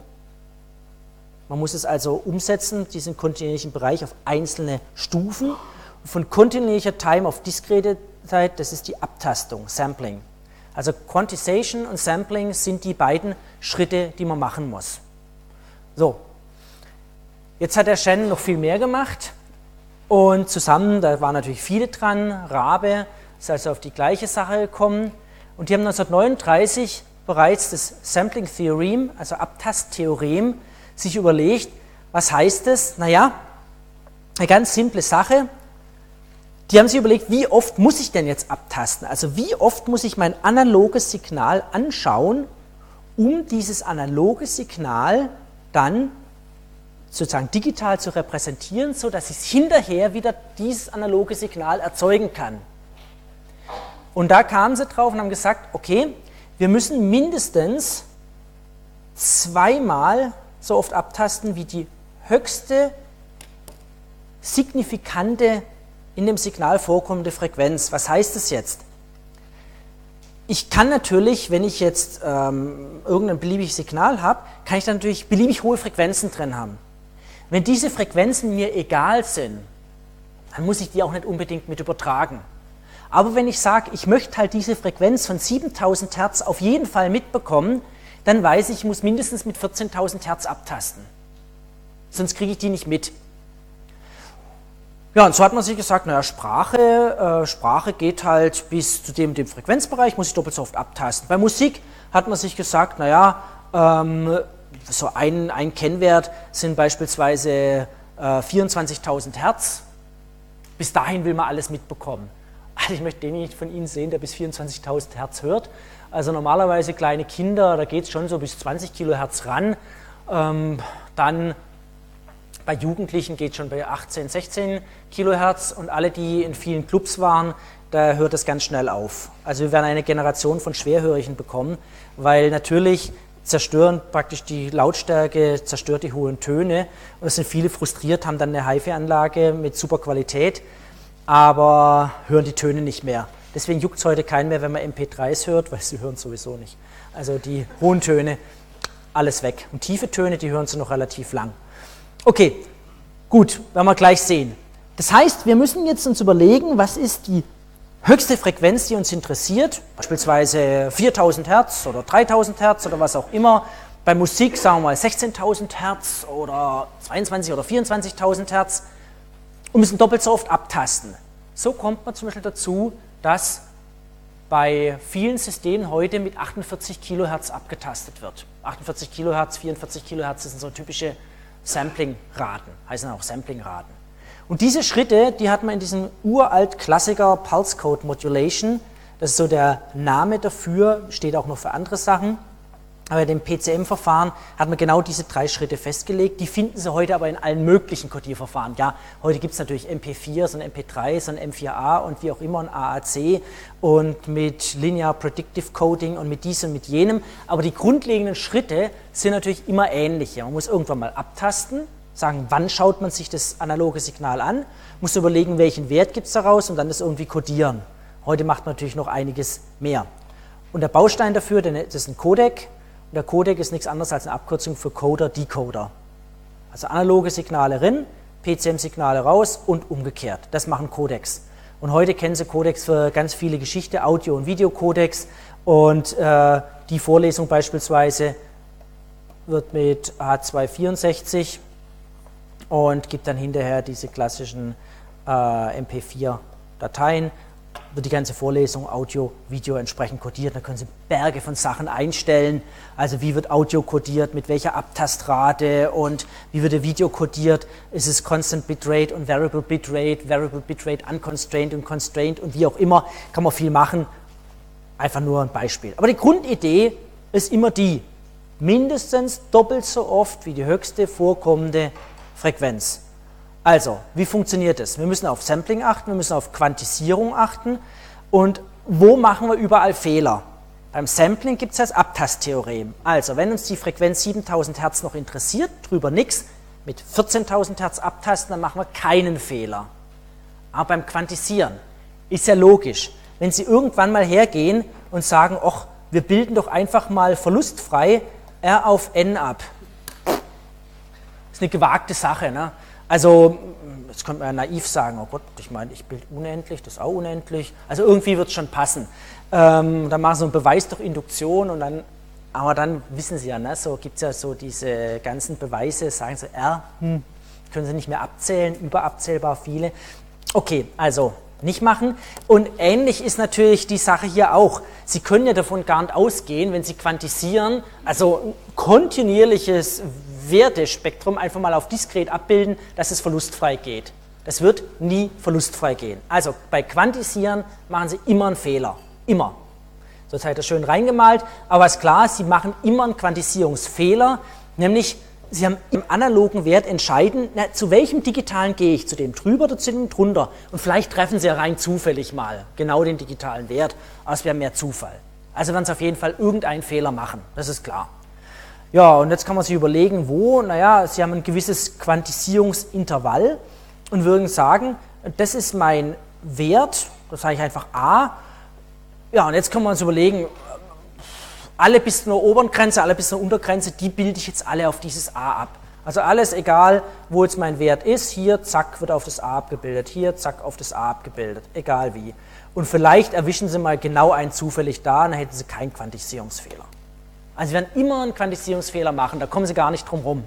Man muss es also umsetzen, diesen kontinuierlichen Bereich auf einzelne Stufen. Und von kontinuierlicher Time auf diskrete Zeit, das ist die Abtastung, Sampling. Also Quantization und Sampling sind die beiden Schritte, die man machen muss. So, jetzt hat der Shannon noch viel mehr gemacht und zusammen, da waren natürlich viele dran, Rabe ist also auf die gleiche Sache gekommen und die haben 1939 bereits das Sampling Theorem, also Abtasttheorem, sich überlegt, was heißt das? Naja, eine ganz simple Sache. Die haben sich überlegt, wie oft muss ich denn jetzt abtasten? Also wie oft muss ich mein analoges Signal anschauen, um dieses analoge Signal dann sozusagen digital zu repräsentieren, sodass ich hinterher wieder dieses analoge Signal erzeugen kann. Und da kamen sie drauf und haben gesagt, okay, wir müssen mindestens zweimal so oft abtasten, wie die höchste signifikante in dem Signal vorkommende Frequenz. Was heißt das jetzt? Ich kann natürlich, wenn ich jetzt irgendein beliebiges Signal habe, kann ich da natürlich beliebig hohe Frequenzen drin haben. Wenn diese Frequenzen mir egal sind, dann muss ich die auch nicht unbedingt mit übertragen. Aber wenn ich sage, ich möchte halt diese Frequenz von 7000 Hertz auf jeden Fall mitbekommen, dann weiß ich, ich muss mindestens mit 14.000 Hertz abtasten. Sonst kriege ich die nicht mit. Ja, und so hat man sich gesagt, naja, Sprache geht halt bis zu dem Frequenzbereich, muss ich doppelt so oft abtasten. Bei Musik hat man sich gesagt, naja, so ein Kennwert sind beispielsweise 24.000 Hertz. Bis dahin will man alles mitbekommen. Also ich möchte den nicht von Ihnen sehen, der bis 24.000 Hertz hört. Also normalerweise kleine Kinder, da geht es schon so bis 20 Kilohertz ran. Dann bei Jugendlichen geht es schon bei 18, 16 Kilohertz und alle, die in vielen Clubs waren, da hört es ganz schnell auf. Also wir werden eine Generation von Schwerhörigen bekommen, weil natürlich zerstören praktisch die Lautstärke, zerstört die hohen Töne und es sind viele frustriert, haben dann eine HiFi-Anlage mit super Qualität, aber hören die Töne nicht mehr. Deswegen juckt es heute keinen mehr, wenn man MP3s hört, weil sie hören sowieso nicht. Also die hohen Töne, alles weg. Und tiefe Töne, die hören sie noch relativ lang. Okay, gut, werden wir gleich sehen. Das heißt, wir müssen jetzt uns überlegen, was ist die höchste Frequenz, die uns interessiert, beispielsweise 4000 Hertz oder 3000 Hertz oder was auch immer. Bei Musik sagen wir mal 16.000 Hertz oder 22.000 oder 24.000 Hertz und müssen doppelt so oft abtasten. So kommt man zum Beispiel dazu, dass bei vielen Systemen heute mit 48 Kilohertz abgetastet wird. 48 Kilohertz, 44 Kilohertz, das sind so typische Sampling-Raten, heißen auch Sampling-Raten. Und diese Schritte, die hat man in diesem uralt Klassiker Pulse Code Modulation Das ist so der Name dafür, steht auch noch für andere Sachen. Aber bei dem PCM-Verfahren hat man genau diese 3 Schritte festgelegt. Die finden Sie heute aber in allen möglichen Codierverfahren. Ja, heute gibt es natürlich MP4, so ein MP3, so ein M4A und wie auch immer ein AAC und mit Linear Predictive Coding und mit diesem und mit jenem. Aber die grundlegenden Schritte sind natürlich immer ähnliche. Man muss irgendwann mal abtasten, sagen, wann schaut man sich das analoge Signal an, muss überlegen, welchen Wert gibt es daraus und dann das irgendwie codieren. Heute macht man natürlich noch einiges mehr. Und der Baustein dafür, das ist ein Codec. Und der Codec ist nichts anderes als eine Abkürzung für Coder, Decoder. Also analoge Signale rein, PCM-Signale raus und umgekehrt. Das machen Codecs. Und heute kennen Sie Codecs für ganz viele Geschichten, Audio- und Videocodecs. Und die Vorlesung beispielsweise wird mit H264 und gibt dann hinterher diese klassischen MP4-Dateien. Wird die ganze Vorlesung Audio, Video entsprechend codiert. Da können Sie Berge von Sachen einstellen. Also wie wird Audio codiert, mit welcher Abtastrate und wie wird der Video codiert. Ist es Constant Bitrate und Variable Bitrate unconstrained und constrained und wie auch immer. Kann man viel machen. Einfach nur ein Beispiel. Aber die Grundidee ist immer die, mindestens doppelt so oft wie die höchste vorkommende Frequenz. Also, wie funktioniert das? Wir müssen auf Sampling achten, wir müssen auf Quantisierung achten und wo machen wir überall Fehler? Beim Sampling gibt es das Abtasttheorem. Also, wenn uns die Frequenz 7000 Hertz noch interessiert, drüber nichts, mit 14.000 Hertz abtasten, dann machen wir keinen Fehler. Aber beim Quantisieren ist ja logisch, wenn Sie irgendwann mal hergehen und sagen, ach, wir bilden doch einfach mal verlustfrei R auf N ab. Das ist eine gewagte Sache, ne? Also, jetzt könnte man ja naiv sagen, oh Gott, ich meine, ich bilde unendlich, das ist auch unendlich. Also irgendwie wird es schon passen. Dann machen Sie so einen Beweis durch Induktion und dann, aber dann wissen Sie ja, ne, so gibt es ja so diese ganzen Beweise, sagen Sie, R, können Sie nicht mehr abzählen, überabzählbar viele. Okay, also nicht machen. Und ähnlich ist natürlich die Sache hier auch. Sie können ja davon gar nicht ausgehen, wenn Sie quantisieren, also ein kontinuierliches Wertespektrum einfach mal auf diskret abbilden, dass es verlustfrei geht. Das wird nie verlustfrei gehen. Also bei Quantisieren machen Sie immer einen Fehler. Immer. So hat er schön reingemalt, aber ist klar, Sie machen immer einen Quantisierungsfehler, nämlich Sie haben im analogen Wert entscheiden, na, zu welchem digitalen gehe ich, zu dem drüber oder zu dem drunter. Und vielleicht treffen Sie ja rein zufällig mal genau den digitalen Wert, aber es wäre mehr Zufall. Also werden Sie auf jeden Fall irgendeinen Fehler machen, das ist klar. Ja, und jetzt kann man sich überlegen, wo, naja, Sie haben ein gewisses Quantisierungsintervall und würden sagen, das ist mein Wert, das sage ich einfach A. Ja, und jetzt kann man uns überlegen, alle bis zur oberen Grenze, alle bis zur Untergrenze, die bilde ich jetzt alle auf dieses A ab. Also alles egal, wo jetzt mein Wert ist, hier, zack, wird auf das A abgebildet, hier, zack, auf das A abgebildet, egal wie. Und vielleicht erwischen Sie mal genau einen zufällig da, dann hätten Sie keinen Quantisierungsfehler. Also Sie werden immer einen Quantisierungsfehler machen, da kommen Sie gar nicht drum rum.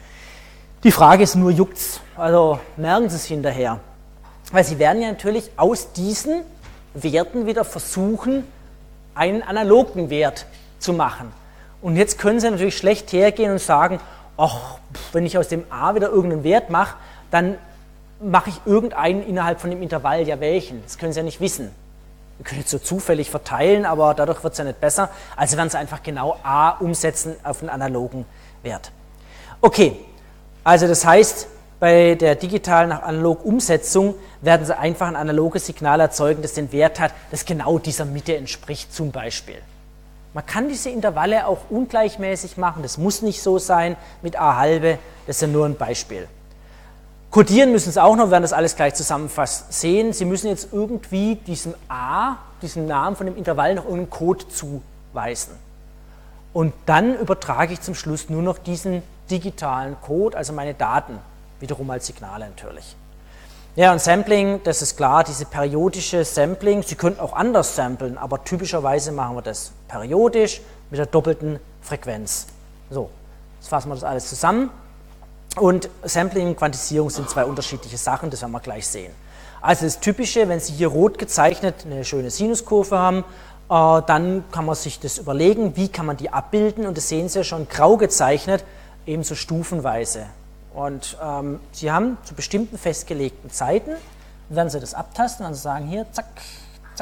Die Frage ist nur, juckt's? Also merken Sie es hinterher. Weil Sie werden ja natürlich aus diesen Werten wieder versuchen, einen analogen Wert zu machen. Und jetzt können Sie natürlich schlecht hergehen und sagen, ach, wenn ich aus dem A wieder irgendeinen Wert mache, dann mache ich irgendeinen innerhalb von dem Intervall, ja welchen? Das können Sie ja nicht wissen. Wir können jetzt so zufällig verteilen, aber dadurch wird es ja nicht besser. Also werden Sie einfach genau A umsetzen auf einen analogen Wert. Okay, also das heißt, bei der digitalen Analog-Umsetzung werden Sie einfach ein analoges Signal erzeugen, das den Wert hat, das genau dieser Mitte entspricht zum Beispiel. Man kann diese Intervalle auch ungleichmäßig machen, das muss nicht so sein mit A halbe, das ist ja nur ein Beispiel. Codieren müssen Sie auch noch, wir werden das alles gleich zusammenfassend sehen. Sie müssen jetzt irgendwie diesem A, diesem Namen von dem Intervall noch irgendeinen Code zuweisen. Und dann übertrage ich zum Schluss nur noch diesen digitalen Code, also meine Daten, wiederum als Signale natürlich. Ja, und Sampling, das ist klar, diese periodische Sampling, Sie könnten auch anders samplen, aber typischerweise machen wir das periodisch mit der doppelten Frequenz. So, jetzt fassen wir das alles zusammen. Und Sampling und Quantisierung sind zwei unterschiedliche Sachen, das werden wir gleich sehen. Also das Typische, wenn Sie hier rot gezeichnet eine schöne Sinuskurve haben, dann kann man sich das überlegen, wie kann man die abbilden, und das sehen Sie ja schon grau gezeichnet, ebenso stufenweise. Und Sie haben zu bestimmten festgelegten Zeiten, werden Sie das abtasten, werden Sie sagen, hier, zack, zack,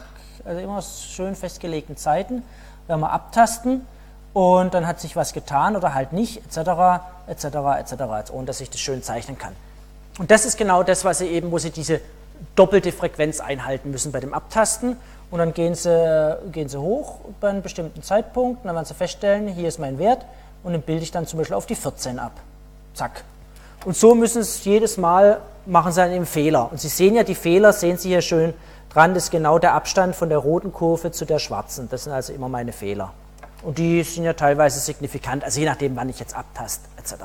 also immer aus schön festgelegten Zeiten, werden wir abtasten und dann hat sich was getan oder halt nicht, etc., etc., etc., ohne dass ich das schön zeichnen kann. Und das ist genau das, was Sie eben, wo Sie diese doppelte Frequenz einhalten müssen bei dem Abtasten. Und dann gehen sie hoch bei einem bestimmten Zeitpunkt und dann werden Sie feststellen, hier ist mein Wert und den bilde ich dann zum Beispiel auf die 14 ab. Zack. Und so müssen Sie es jedes Mal, machen Sie dann eben Fehler. Und Sie sehen ja, die Fehler sehen Sie hier schön dran, das ist genau der Abstand von der roten Kurve zu der schwarzen. Das sind also immer meine Fehler. Und die sind ja teilweise signifikant, also je nachdem, wann ich jetzt abtaste, etc.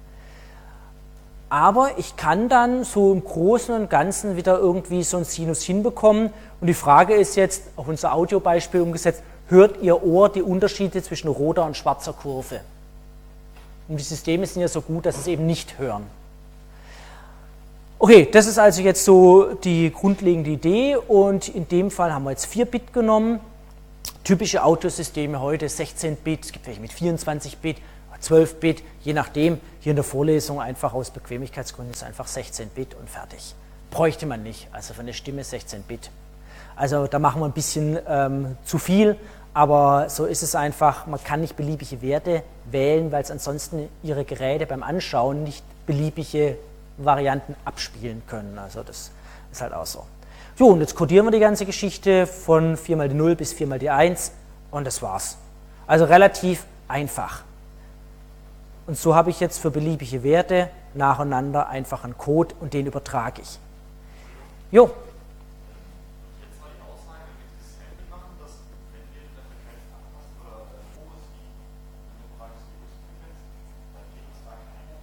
Aber ich kann dann so im Großen und Ganzen wieder irgendwie so einen Sinus hinbekommen. Und die Frage ist jetzt, auf unser Audiobeispiel umgesetzt, hört Ihr Ohr die Unterschiede zwischen roter und schwarzer Kurve? Und die Systeme sind ja so gut, dass Sie es eben nicht hören. Okay, das ist also jetzt so die grundlegende Idee. Und in dem Fall haben wir jetzt 4 Bit genommen. Typische Audiosysteme heute 16 Bit, es gibt welche mit 24 Bit. 12 Bit, je nachdem, hier in der Vorlesung einfach aus Bequemlichkeitsgründen ist einfach 16 Bit und fertig. Bräuchte man nicht, also für eine Stimme 16 Bit. Also da machen wir ein bisschen zu viel, aber so ist es einfach, man kann nicht beliebige Werte wählen, weil es ansonsten Ihre Geräte beim Anschauen nicht beliebige Varianten abspielen können. Also das ist halt auch so. So, und jetzt codieren wir die ganze Geschichte von 4 mal die 0 bis 4 mal die 1 und das war's. Also relativ einfach. Und so habe ich jetzt für beliebige Werte nacheinander einfach einen Code und den übertrage ich. Jo. Jetzt mal die Aussage mit dieses Handy machen, dass wenn wir in der Frequenz anpassen oder wo ist die, wenn du fragst, wo ist die Frequenz, dann geht es da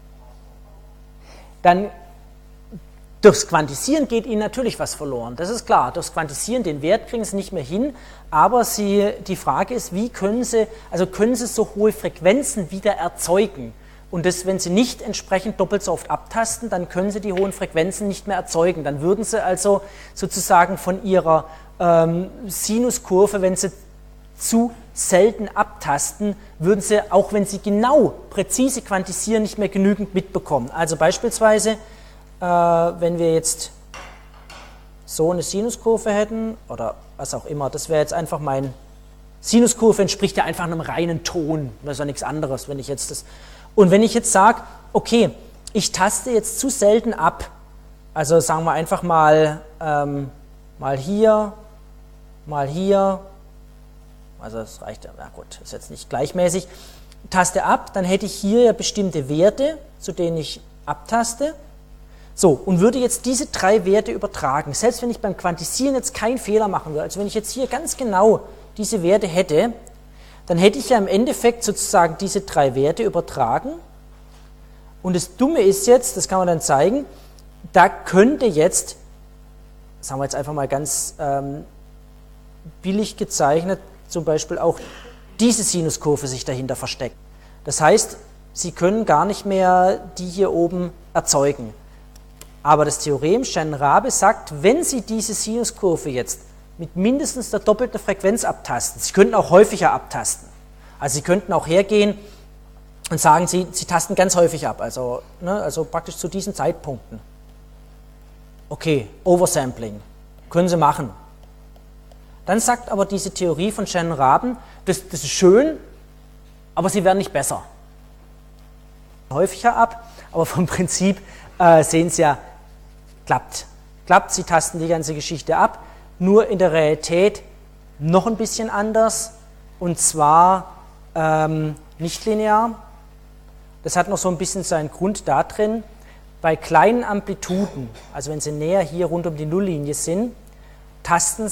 keine. Dann durchs Quantisieren geht Ihnen natürlich was verloren, das ist klar. Durchs Quantisieren, den Wert kriegen Sie nicht mehr hin, aber die Frage ist, wie können Sie so hohe Frequenzen wieder erzeugen? Und das, wenn Sie nicht entsprechend doppelt so oft abtasten, dann können Sie die hohen Frequenzen nicht mehr erzeugen. Dann würden Sie also sozusagen von Ihrer Sinuskurve, wenn Sie zu selten abtasten, würden Sie, auch wenn Sie genau präzise quantisieren, nicht mehr genügend mitbekommen. Also beispielsweise, wenn wir jetzt so eine Sinuskurve hätten, oder was auch immer, das wäre jetzt einfach mein, Sinuskurve entspricht ja einfach einem reinen Ton, das ist ja nichts anderes, wenn ich jetzt das, und wenn ich jetzt sage, okay, ich taste jetzt zu selten ab, also sagen wir einfach mal, mal hier, also das reicht ja, na gut, ist jetzt nicht gleichmäßig, taste ab, dann hätte ich hier ja bestimmte Werte, zu denen ich abtaste. So, und würde jetzt diese 3 Werte übertragen, selbst wenn ich beim Quantisieren jetzt keinen Fehler machen würde, also wenn ich jetzt hier ganz genau diese Werte hätte, dann hätte ich ja im Endeffekt sozusagen diese 3 Werte übertragen. Und das Dumme ist jetzt, das kann man dann zeigen, da könnte jetzt, sagen wir jetzt einfach mal ganz billig gezeichnet, zum Beispiel auch diese Sinuskurve sich dahinter verstecken. Das heißt, Sie können gar nicht mehr die hier oben erzeugen. Aber das Theorem Shannon-Rabe sagt, wenn Sie diese Sinuskurve jetzt mit mindestens der doppelten Frequenz abtasten, Sie könnten auch häufiger abtasten. Also Sie könnten auch hergehen und sagen, Sie tasten ganz häufig ab, also praktisch zu diesen Zeitpunkten. Okay, Oversampling, können Sie machen. Dann sagt aber diese Theorie von Shannon-Raben, das ist schön, aber Sie werden nicht besser. Häufiger ab, aber vom Prinzip sehen Sie ja, klappt, Sie tasten die ganze Geschichte ab, nur in der Realität noch ein bisschen anders und zwar nicht linear. Das hat noch so ein bisschen seinen Grund da drin, bei kleinen Amplituden, also wenn Sie näher hier rund um die Nulllinie sind, tasten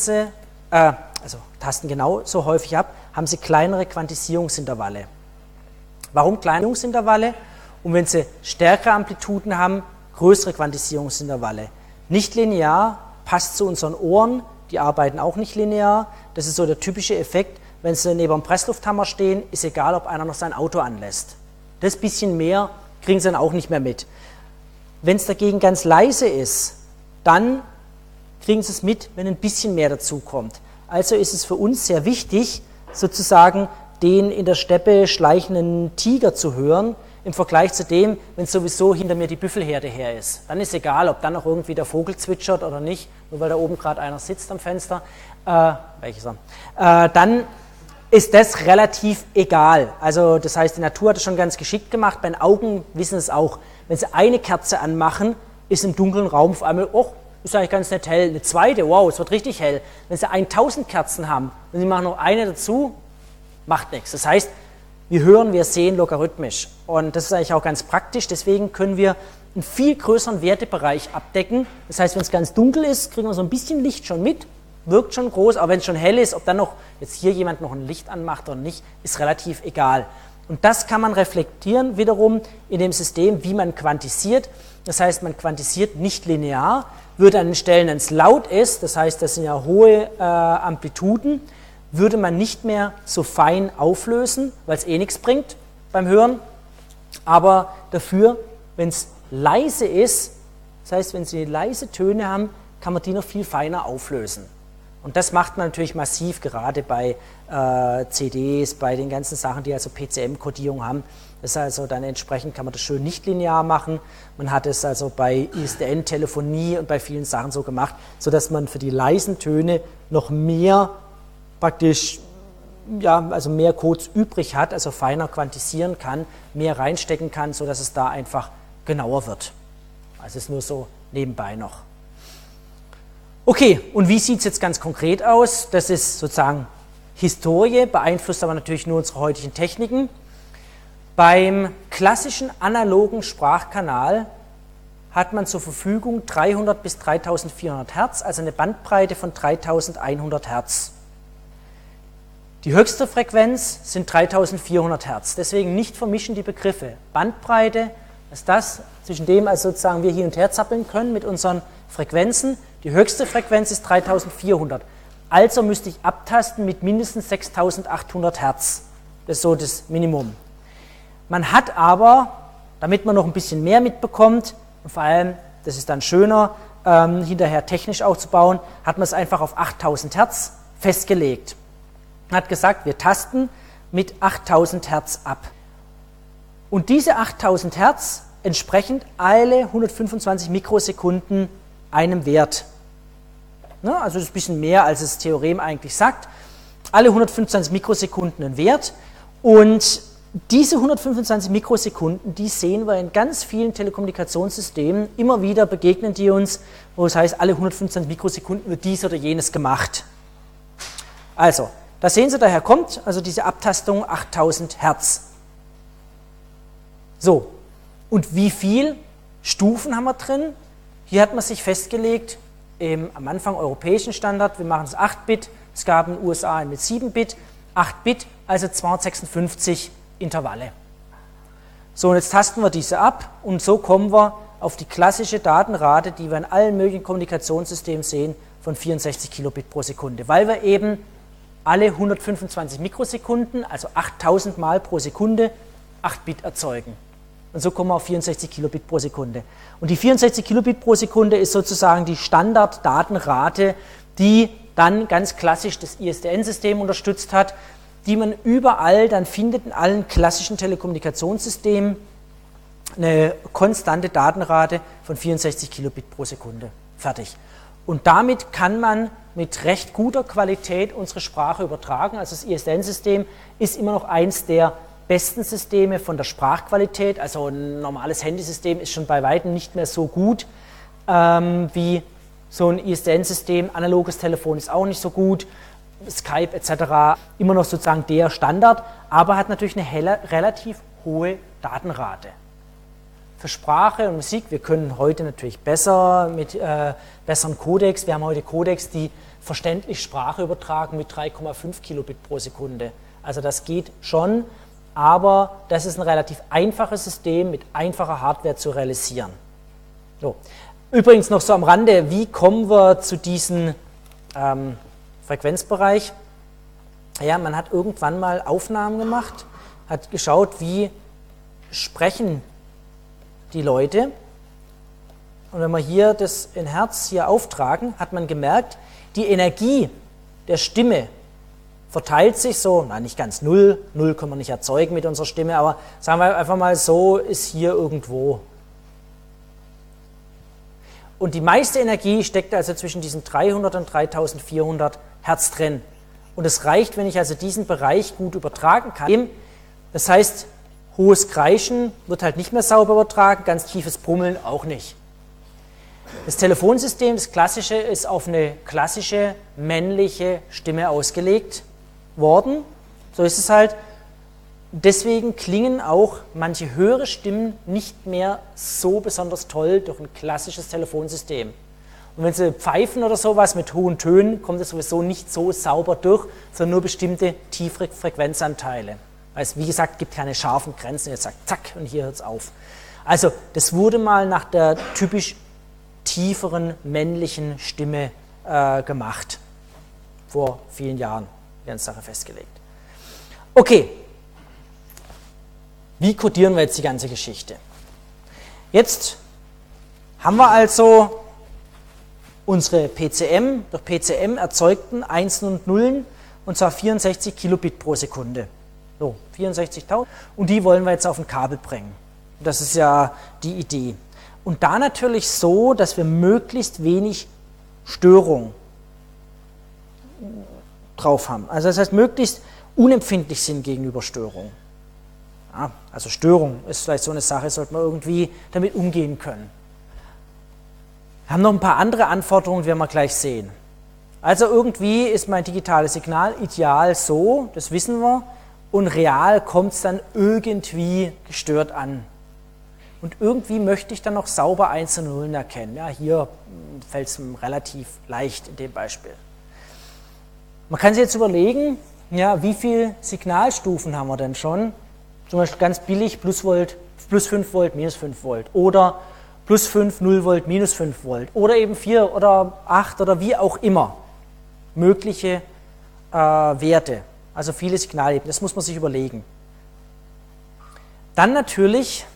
genau so häufig ab, haben Sie kleinere Quantisierungsintervalle. Warum kleine Quantisierungsintervalle? Und wenn Sie stärkere Amplituden haben, größere Quantisierungsintervalle. Nicht linear passt zu unseren Ohren, die arbeiten auch nicht linear. Das ist so der typische Effekt, wenn Sie neben einem Presslufthammer stehen, ist egal, ob einer noch sein Auto anlässt. Das bisschen mehr kriegen Sie dann auch nicht mehr mit. Wenn es dagegen ganz leise ist, dann kriegen Sie es mit, wenn ein bisschen mehr dazu kommt. Also ist es für uns sehr wichtig, sozusagen den in der Steppe schleichenden Tiger zu hören, im Vergleich zu dem, wenn sowieso hinter mir die Büffelherde her ist. Dann ist egal, ob dann noch irgendwie der Vogel zwitschert oder nicht, nur weil da oben gerade einer sitzt am Fenster. Dann ist das relativ egal. Also das heißt, die Natur hat es schon ganz geschickt gemacht. Bei den Augen wissen es auch. Wenn sie eine Kerze anmachen, ist im dunklen Raum auf einmal, oh, ist eigentlich ganz nett hell. Eine zweite, wow, es wird richtig hell. Wenn sie 1000 Kerzen haben und sie machen noch eine dazu, macht nichts. Das heißt, wir hören, wir sehen logarithmisch. Und das ist eigentlich auch ganz praktisch. Deswegen können wir einen viel größeren Wertebereich abdecken. Das heißt, wenn es ganz dunkel ist, kriegen wir so ein bisschen Licht schon mit. Wirkt schon groß, aber wenn es schon hell ist, ob dann noch jetzt hier jemand noch ein Licht anmacht oder nicht, ist relativ egal. Und das kann man reflektieren wiederum in dem System, wie man quantisiert. Das heißt, man quantisiert nicht linear, würde an den Stellen, wenn es laut ist, das heißt, das sind ja hohe Amplituden, würde man nicht mehr so fein auflösen, weil es eh nichts bringt beim Hören. Aber dafür, wenn es leise ist, das heißt, wenn Sie leise Töne haben, kann man die noch viel feiner auflösen. Und das macht man natürlich massiv, gerade bei CDs, bei den ganzen Sachen, die also PCM-Kodierung haben. Das ist also dann entsprechend, kann man das schön nicht linear machen. Man hat es also bei ISDN-Telefonie und bei vielen Sachen so gemacht, sodass man für die leisen Töne noch mehr praktisch, ja, also mehr Codes übrig hat, also feiner quantisieren kann, mehr reinstecken kann, sodass es da einfach genauer wird. Also ist nur so nebenbei noch. Okay, und wie sieht es jetzt ganz konkret aus? Das ist sozusagen Historie, beeinflusst aber natürlich nur unsere heutigen Techniken. Beim klassischen analogen Sprachkanal hat man zur Verfügung 300 bis 3400 Hertz, also eine Bandbreite von 3100 Hertz. Die höchste Frequenz sind 3400 Hertz, deswegen nicht vermischen die Begriffe. Bandbreite ist das, zwischen dem also sozusagen wir hin und her zappeln können mit unseren Frequenzen. Die höchste Frequenz ist 3400. Also müsste ich abtasten mit mindestens 6800 Hertz. Das ist so das Minimum. Man hat aber, damit man noch ein bisschen mehr mitbekommt, und vor allem, das ist dann schöner, hinterher technisch aufzubauen, hat man es einfach auf 8000 Hertz festgelegt. Man hat gesagt, wir tasten mit 8000 Hertz ab. Und diese 8000 Hertz entsprechend alle 125 Mikrosekunden einem Wert. Ne? Also das ist ein bisschen mehr, als das Theorem eigentlich sagt. Alle 125 Mikrosekunden ein Wert. Und diese 125 Mikrosekunden, die sehen wir in ganz vielen Telekommunikationssystemen. Immer wieder begegnen die uns, wo es heißt, alle 125 Mikrosekunden wird dies oder jenes gemacht. Also, da sehen Sie, daher kommt also diese Abtastung 8000 Hertz. So, und wie viele Stufen haben wir drin? Hier hat man sich festgelegt, am Anfang europäischen Standard, wir machen es 8-Bit, es gab in den USA einen mit 7-Bit, 8-Bit, also 256 Intervalle. So, und jetzt tasten wir diese ab und so kommen wir auf die klassische Datenrate, die wir in allen möglichen Kommunikationssystemen sehen, von 64 Kilobit pro Sekunde, weil wir eben alle 125 Mikrosekunden, also 8000 Mal pro Sekunde, 8 Bit erzeugen. Und so kommen wir auf 64 Kilobit pro Sekunde. Und die 64 Kilobit pro Sekunde ist sozusagen die Standarddatenrate, die dann ganz klassisch das ISDN-System unterstützt hat, die man überall dann findet in allen klassischen Telekommunikationssystemen, eine konstante Datenrate von 64 Kilobit pro Sekunde. Fertig. Und damit kann man mit recht guter Qualität unsere Sprache übertragen. Also das ISDN-System ist immer noch eins der besten Systeme von der Sprachqualität. Also ein normales Handysystem ist schon bei weitem nicht mehr so gut wie so ein ISDN-System. Analoges Telefon ist auch nicht so gut. Skype etc. immer noch sozusagen der Standard, aber hat natürlich eine relativ hohe Datenrate. Für Sprache und Musik, wir können heute natürlich besser mit besseren Codecs. Wir haben heute Codecs, die verständlich Sprache übertragen mit 3,5 Kilobit pro Sekunde. Also das geht schon, aber das ist ein relativ einfaches System mit einfacher Hardware zu realisieren. So. Übrigens noch so am Rande, wie kommen wir zu diesem Frequenzbereich? Ja, man hat irgendwann mal Aufnahmen gemacht, hat geschaut, wie sprechen die Leute. Und wenn wir hier das in Hertz hier auftragen, hat man gemerkt, die Energie der Stimme verteilt sich so, na nicht ganz 0 können wir nicht erzeugen mit unserer Stimme, aber sagen wir einfach mal so, ist hier irgendwo. Und die meiste Energie steckt also zwischen diesen 300 und 3400 Hertz drin. Und es reicht, wenn ich also diesen Bereich gut übertragen kann. Das heißt, hohes Kreischen wird halt nicht mehr sauber übertragen, ganz tiefes Brummeln auch nicht. Das Telefonsystem, das klassische, ist auf eine klassische männliche Stimme ausgelegt worden. So ist es halt. Deswegen klingen auch manche höhere Stimmen nicht mehr so besonders toll durch ein klassisches Telefonsystem. Und wenn Sie pfeifen oder sowas mit hohen Tönen, kommt es sowieso nicht so sauber durch, sondern nur bestimmte tiefere Frequenzanteile. Weil es, wie gesagt, gibt keine scharfen Grenzen. Jetzt sagt zack und hier hört es auf. Also das wurde mal nach der typisch tieferen männlichen Stimme gemacht. Vor vielen Jahren, die ganze Sache festgelegt. Okay. Wie codieren wir jetzt die ganze Geschichte? Jetzt haben wir also unsere PCM, durch PCM erzeugten Einsen und Nullen, und zwar 64 Kilobit pro Sekunde. So, 64.000. Und die wollen wir jetzt auf ein Kabel bringen. Das ist ja die Idee. Und da natürlich so, dass wir möglichst wenig Störung drauf haben. Also das heißt, möglichst unempfindlich sind gegenüber Störung. Ja, also Störung ist vielleicht so eine Sache, sollte man irgendwie damit umgehen können. Wir haben noch ein paar andere Anforderungen, die werden wir gleich sehen. Also irgendwie ist mein digitales Signal ideal so, das wissen wir, und real kommt es dann irgendwie gestört an. Und irgendwie möchte ich dann noch sauber Einsen und Nullen erkennen. Ja, hier fällt es relativ leicht in dem Beispiel. Man kann sich jetzt überlegen, ja, wie viele Signalstufen haben wir denn schon? Zum Beispiel ganz billig plus 5 Volt, minus 5 Volt. Oder plus 5, 0 Volt, minus 5 Volt. Oder eben 4 oder 8 oder wie auch immer. Mögliche Werte. Also viele Signalebenen. Das muss man sich überlegen. Dann natürlich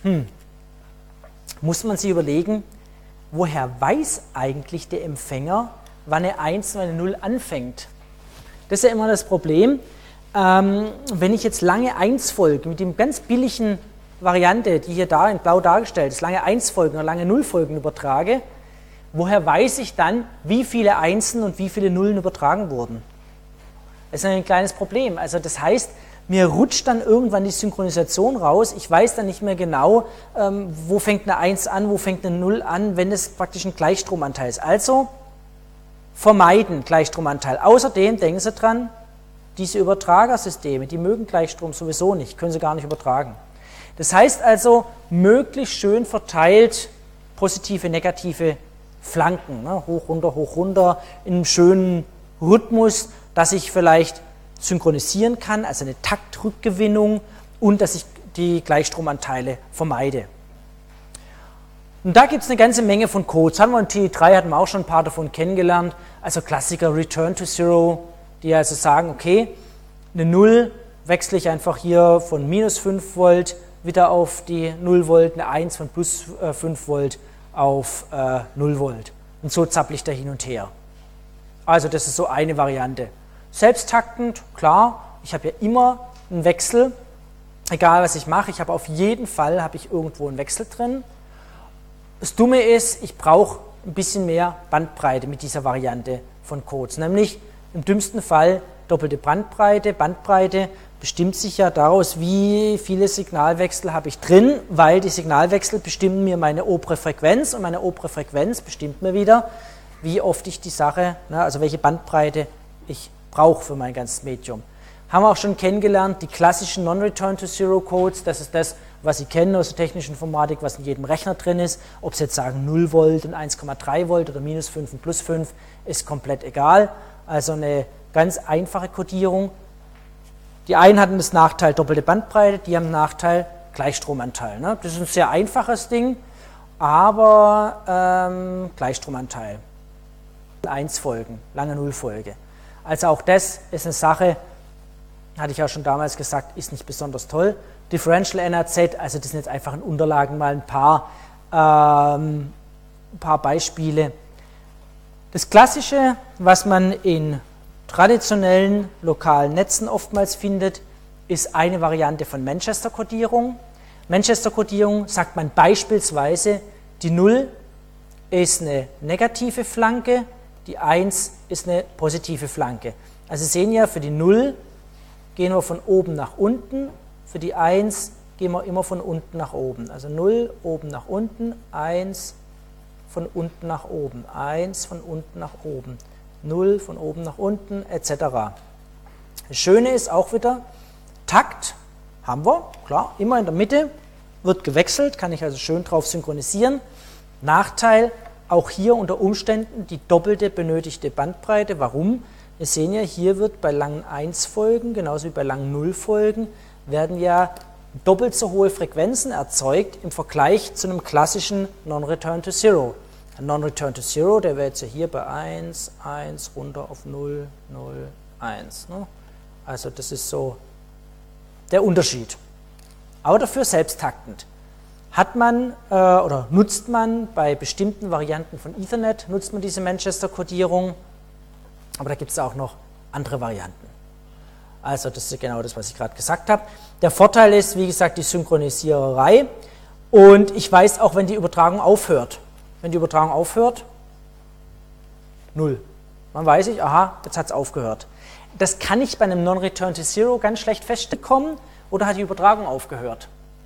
muss man sich überlegen, woher weiß eigentlich der Empfänger, wann eine 1 und eine 0 anfängt. Das ist ja immer das Problem. Wenn ich jetzt lange 1-Folgen mit dem ganz billigen Variante, die hier da in blau dargestellt ist, lange 1-Folgen oder lange 0-Folgen übertrage, woher weiß ich dann, wie viele Einsen und wie viele Nullen übertragen wurden? Das ist ein kleines Problem. Also das heißt, mir rutscht dann irgendwann die Synchronisation raus. Ich weiß dann nicht mehr genau, wo fängt eine 1 an, wo fängt eine 0 an, wenn es praktisch ein Gleichstromanteil ist. Also vermeiden Gleichstromanteil. Außerdem denken Sie dran, diese Übertragersysteme, die mögen Gleichstrom sowieso nicht, können sie gar nicht übertragen. Das heißt also, möglichst schön verteilt positive, negative Flanken, ne? Hoch, runter, in einem schönen Rhythmus, dass ich vielleicht synchronisieren kann, also eine Taktrückgewinnung, und dass ich die Gleichstromanteile vermeide. Und da gibt es eine ganze Menge von Codes. Haben wir in TE3, hatten wir auch schon ein paar davon kennengelernt, also Klassiker Return to Zero, die also sagen, okay, eine 0 wechsle ich einfach hier von minus 5 Volt wieder auf die 0 Volt, eine 1 von plus 5 Volt auf 0 Volt. Und so zappel ich da hin und her. Also das ist so eine Variante. Selbsttaktend, klar, ich habe ja immer einen Wechsel, egal was ich mache, ich habe auf jeden Fall irgendwo einen Wechsel drin. Das Dumme ist, ich brauche ein bisschen mehr Bandbreite mit dieser Variante von Codes, nämlich im dümmsten Fall doppelte Bandbreite. Bandbreite bestimmt sich ja daraus, wie viele Signalwechsel habe ich drin, weil die Signalwechsel bestimmen mir meine obere Frequenz, und meine obere Frequenz bestimmt mir wieder, wie oft ich die Sache, also welche Bandbreite ich brauche für mein ganzes Medium. Haben wir auch schon kennengelernt, die klassischen Non-Return-to-Zero-Codes, das ist das, was Sie kennen aus der technischen Informatik, was in jedem Rechner drin ist. Ob Sie jetzt sagen 0 Volt und 1,3 Volt oder minus 5 und plus 5, ist komplett egal. Also eine ganz einfache Codierung. Die einen hatten das Nachteil doppelte Bandbreite, die haben den Nachteil Gleichstromanteil. Ne? Das ist ein sehr einfaches Ding, aber Gleichstromanteil. 1-Folgen, lange 0-Folge. Also auch das ist eine Sache, hatte ich auch schon damals gesagt, ist nicht besonders toll. Differential NRZ, also das sind jetzt einfach in Unterlagen mal ein paar Beispiele. Das Klassische, was man in traditionellen lokalen Netzen oftmals findet, ist eine Variante von Manchester-Kodierung. Manchester-Kodierung sagt man beispielsweise, die 0 ist eine negative Flanke, die 1 ist eine positive Flanke. Also Sie sehen ja, für die 0 gehen wir von oben nach unten, für die 1 gehen wir immer von unten nach oben. Also 0 oben nach unten, 1 von unten nach oben, 1 von unten nach oben, 0 von oben nach unten, etc. Das Schöne ist auch wieder, Takt haben wir, klar, immer in der Mitte, wird gewechselt, kann ich also schön drauf synchronisieren. Nachteil, auch hier unter Umständen die doppelte benötigte Bandbreite. Warum? Wir sehen ja, hier wird bei langen 1-Folgen, genauso wie bei langen 0-Folgen, werden ja doppelt so hohe Frequenzen erzeugt im Vergleich zu einem klassischen Non-Return to Zero. Ein Non-Return to Zero, der wäre jetzt ja hier bei 1, 1 runter auf 0, 0, 1. Ne? Also das ist so der Unterschied. Aber dafür selbsttaktend. Hat man oder nutzt man bei bestimmten Varianten von Ethernet, nutzt man diese Manchester-Kodierung, aber da gibt es auch noch andere Varianten. Also das ist genau das, was ich gerade gesagt habe. Der Vorteil ist, wie gesagt, die Synchronisiererei und ich weiß auch, wenn die Übertragung aufhört. Wenn die Übertragung aufhört, 0. Dann weiß ich, aha, jetzt hat es aufgehört. Das kann ich bei einem Non-Return to Zero ganz schlecht festkommen, oder hat die Übertragung aufgehört?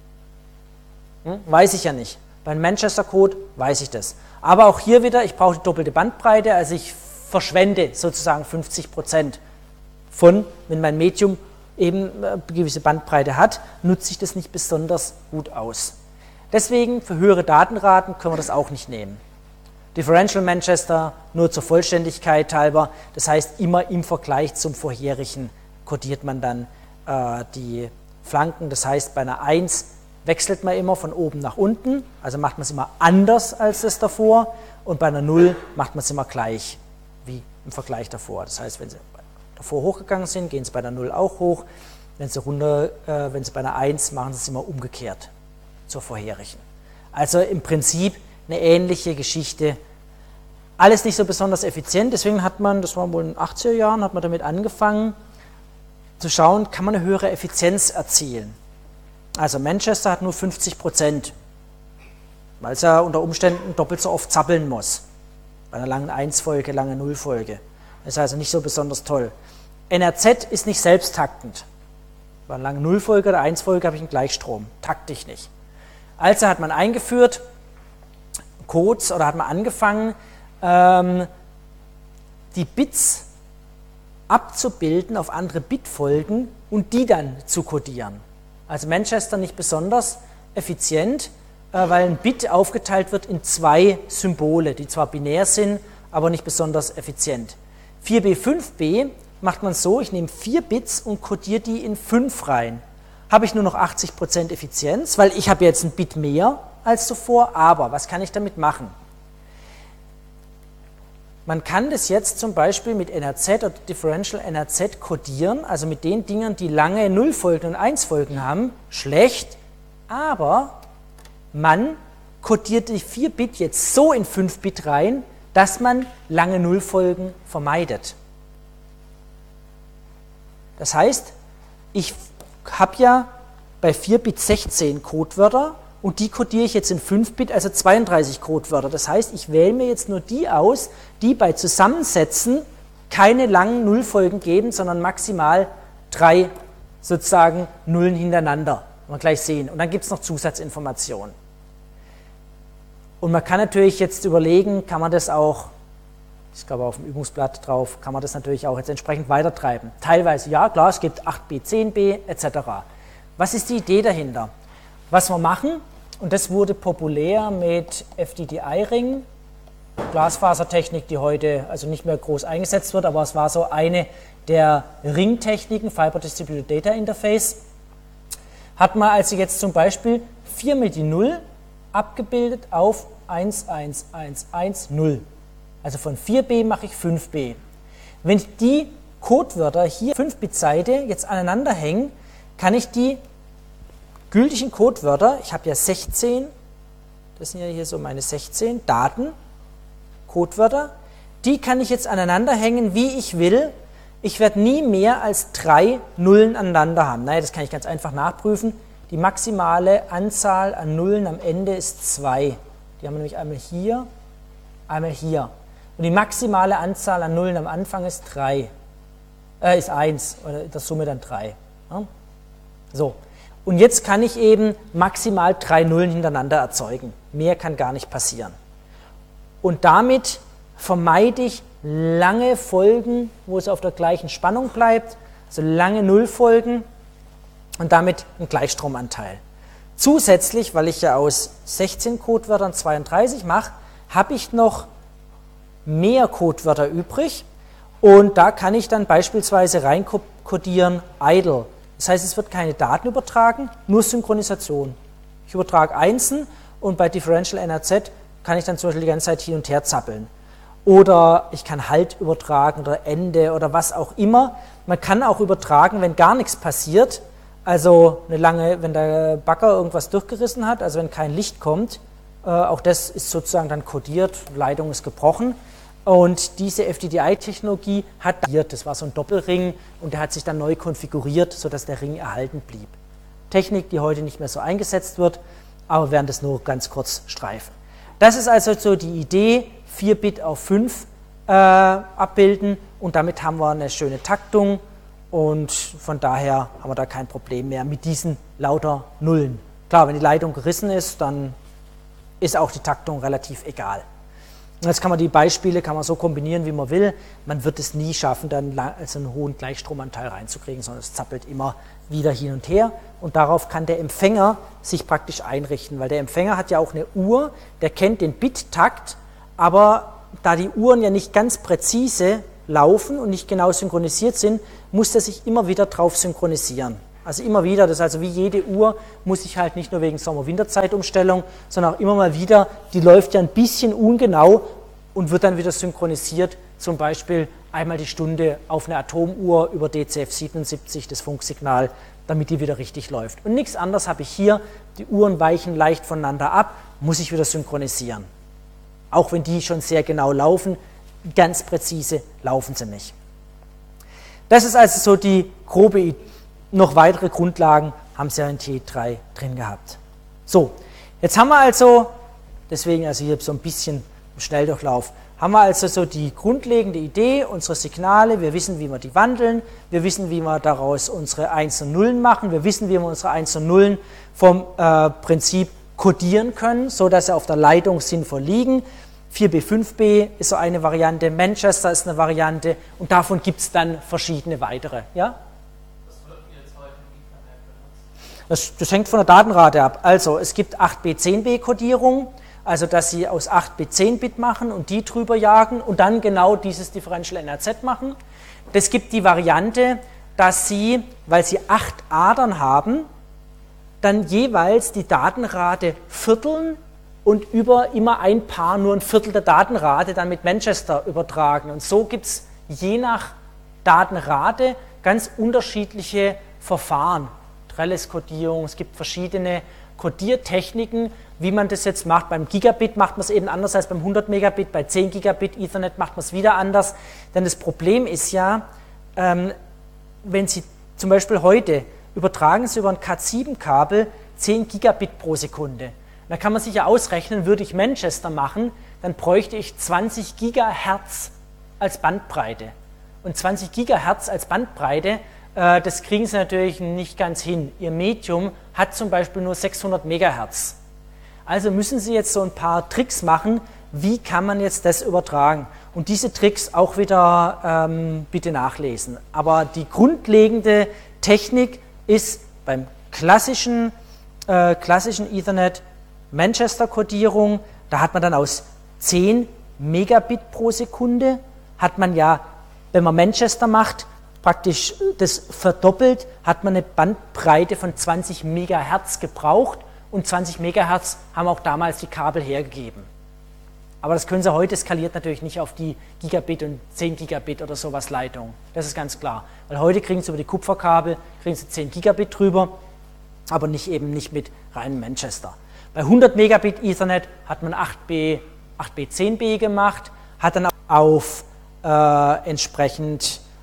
Weiß ich ja nicht. Beim Manchester-Code weiß ich das. Aber auch hier wieder, ich brauche die doppelte Bandbreite, also ich verschwende sozusagen 50% von, wenn mein Medium eben eine gewisse Bandbreite hat, nutze ich das nicht besonders gut aus. Deswegen für höhere Datenraten können wir das auch nicht nehmen. Differential Manchester nur zur Vollständigkeit halber, das heißt immer im Vergleich zum vorherigen kodiert man dann die Flanken, das heißt bei einer 1 wechselt man immer von oben nach unten, also macht man es immer anders als das davor und bei einer 0 macht man es immer gleich wie im Vergleich davor. Das heißt, wenn Sie davor hochgegangen sind, gehen Sie bei der 0 auch hoch, wenn Sie bei einer 1 machen Sie es immer umgekehrt zur vorherigen. Also im Prinzip eine ähnliche Geschichte. Alles nicht so besonders effizient, deswegen hat man, das war wohl in den 80er Jahren, hat man damit angefangen zu schauen, kann man eine höhere Effizienz erzielen. Also Manchester hat nur 50%, weil es ja unter Umständen doppelt so oft zappeln muss. Bei einer langen 1-Folge, lange 0-Folge. Das ist also nicht so besonders toll. NRZ ist nicht selbsttaktend. Bei einer langen 0-Folge oder 1-Folge habe ich einen Gleichstrom. Takte ich nicht. Also hat man eingeführt, Codes, oder hat man angefangen, die Bits abzubilden auf andere Bitfolgen und die dann zu codieren. Also Manchester nicht besonders effizient, weil ein Bit aufgeteilt wird in 2 Symbole, die zwar binär sind, aber nicht besonders effizient. 4b, 5b macht man so, ich nehme 4 Bits und codiere die in 5 rein. Habe ich nur noch 80% Effizienz, weil ich habe jetzt ein Bit mehr als zuvor, aber was kann ich damit machen? Man kann das jetzt zum Beispiel mit NRZ oder Differential NRZ codieren, also mit den Dingern, die lange 0-Folgen und 1-Folgen haben, schlecht, aber man codiert die 4 Bit jetzt so in 5 Bit rein, dass man lange 0-Folgen vermeidet. Das heißt, ich habe ja bei 4 Bit 16 Codewörter und die codiere ich jetzt in 5 Bit, also 32 Codewörter. Das heißt, ich wähle mir jetzt nur die aus, die bei Zusammensetzen keine langen Nullfolgen geben, sondern maximal 3 sozusagen Nullen hintereinander. Mal gleich sehen. Und dann gibt es noch Zusatzinformationen. Und man kann natürlich jetzt überlegen, kann man das auch, ich glaube auf dem Übungsblatt drauf, kann man das natürlich auch jetzt entsprechend weitertreiben. Teilweise ja, klar, es gibt 8b, 10b etc. Was ist die Idee dahinter? Was wir machen, und das wurde populär mit FDDI-Ringen, Glasfasertechnik, die heute also nicht mehr groß eingesetzt wird, aber es war so eine der Ringtechniken, Fiber Distributed Data Interface, hat man also jetzt zum Beispiel 4 mal die 0 abgebildet auf 11110. Also von 4b mache ich 5b. Wenn ich die Codewörter hier 5-Bit-Seite jetzt aneinander hängen, kann ich die gültigen Codewörter, ich habe ja 16, das sind ja hier so meine 16 Daten, Codewörter, die kann ich jetzt aneinander hängen, wie ich will. ich werde nie mehr als 3 Nullen aneinander haben. Naja, das kann ich ganz einfach nachprüfen. Die maximale Anzahl an Nullen am Ende ist 2. Die haben wir nämlich einmal hier, einmal hier. Und die maximale Anzahl an Nullen am Anfang ist 1, oder das Summe dann 3. Ja? So, und jetzt kann ich eben maximal 3 Nullen hintereinander erzeugen. Mehr kann gar nicht passieren. Und damit vermeide ich lange Folgen, wo es auf der gleichen Spannung bleibt, also lange Nullfolgen und damit einen Gleichstromanteil. Zusätzlich, weil ich ja aus 16 Codewörtern 32 mache, habe ich noch mehr Codewörter übrig und da kann ich dann beispielsweise reinkodieren idle. Das heißt, es wird keine Daten übertragen, nur Synchronisation. Ich übertrage Einsen und bei Differential NRZ kann ich dann zum Beispiel die ganze Zeit hin und her zappeln. Oder ich kann Halt übertragen oder Ende oder was auch immer. Man kann auch übertragen, wenn gar nichts passiert, also wenn der Bagger irgendwas durchgerissen hat, also wenn kein Licht kommt, auch das ist sozusagen dann kodiert, Leitung ist gebrochen. Und diese FDDI-Technologie das war so ein Doppelring und der hat sich dann neu konfiguriert, sodass der Ring erhalten blieb. Technik, die heute nicht mehr so eingesetzt wird, aber wir werden das nur ganz kurz streifen. Das ist also so die Idee, 4 Bit auf 5 abbilden und damit haben wir eine schöne Taktung und von daher haben wir da kein Problem mehr mit diesen lauter Nullen. Klar, wenn die Leitung gerissen ist, dann ist auch die Taktung relativ egal. Jetzt kann man die Beispiele so kombinieren, wie man will. Man wird es nie schaffen, dann also einen hohen Gleichstromanteil reinzukriegen, sondern es zappelt immer wieder hin und her. Und darauf kann der Empfänger sich praktisch einrichten, weil der Empfänger hat ja auch eine Uhr, der kennt den Bit-Takt, aber da die Uhren ja nicht ganz präzise laufen und nicht genau synchronisiert sind, muss er sich immer wieder drauf synchronisieren. Also immer wieder, das ist also wie jede Uhr, muss ich halt nicht nur wegen Sommer-Winterzeitumstellung, sondern auch immer mal wieder, die läuft ja ein bisschen ungenau und wird dann wieder synchronisiert, zum Beispiel einmal die Stunde auf eine Atomuhr über DCF77, das Funksignal, damit die wieder richtig läuft. Und nichts anderes habe ich hier, die Uhren weichen leicht voneinander ab, muss ich wieder synchronisieren. Auch wenn die schon sehr genau laufen, ganz präzise laufen sie nicht. Das ist also so die grobe Idee. Noch weitere Grundlagen haben Sie ja in T3 drin gehabt. So, jetzt haben wir also, deswegen also hier so ein bisschen im Schnelldurchlauf, haben wir also so die grundlegende Idee, unsere Signale, wir wissen, wie wir die wandeln, wir wissen, wie wir daraus unsere 1 und Nullen machen, wir wissen, wie wir unsere 1 und Nullen vom Prinzip kodieren können, sodass sie auf der Leitung sinnvoll liegen. 4B, 5B ist so eine Variante, Manchester ist eine Variante und davon gibt es dann verschiedene weitere. Ja? Das hängt von der Datenrate ab. Also es gibt 8B, 10B Kodierung, also dass Sie aus 8B 10-Bit machen und die drüber jagen und dann genau dieses Differential NRZ machen. Es gibt die Variante, dass Sie, weil Sie 8 Adern haben, dann jeweils die Datenrate vierteln und über immer ein Paar nur ein Viertel der Datenrate dann mit Manchester übertragen. Und so gibt es je nach Datenrate ganz unterschiedliche Verfahren. Trellis-Kodierung, es gibt verschiedene Kodiertechniken, wie man das jetzt macht. Beim Gigabit macht man es eben anders als beim 100 Megabit, bei 10 Gigabit Ethernet macht man es wieder anders. Denn das Problem ist ja, wenn Sie zum Beispiel heute übertragen Sie über ein Cat7-Kabel 10 Gigabit pro Sekunde. Da kann man sich ja ausrechnen, würde ich Manchester machen, dann bräuchte ich 20 Gigahertz als Bandbreite. Und 20 Gigahertz als Bandbreite, das kriegen Sie natürlich nicht ganz hin. Ihr Medium hat zum Beispiel nur 600 Megahertz. Also müssen Sie jetzt so ein paar Tricks machen, wie kann man jetzt das übertragen. Und diese Tricks auch wieder bitte nachlesen. Aber die grundlegende Technik ist beim klassischen Ethernet Manchester-Kodierung, da hat man dann aus 10 Megabit pro Sekunde, hat man ja, wenn man Manchester macht, praktisch das verdoppelt, hat man eine Bandbreite von 20 Megahertz gebraucht und 20 Megahertz haben auch damals die Kabel hergegeben. Aber das können Sie heute skaliert natürlich nicht auf die Gigabit und 10 Gigabit oder sowas Leitung. Das ist ganz klar. Weil heute kriegen Sie über die Kupferkabel kriegen Sie 10 Gigabit drüber, aber eben nicht mit reinem Manchester. Bei 100 Megabit Ethernet hat man 8B 10B gemacht, hat dann auf entsprechend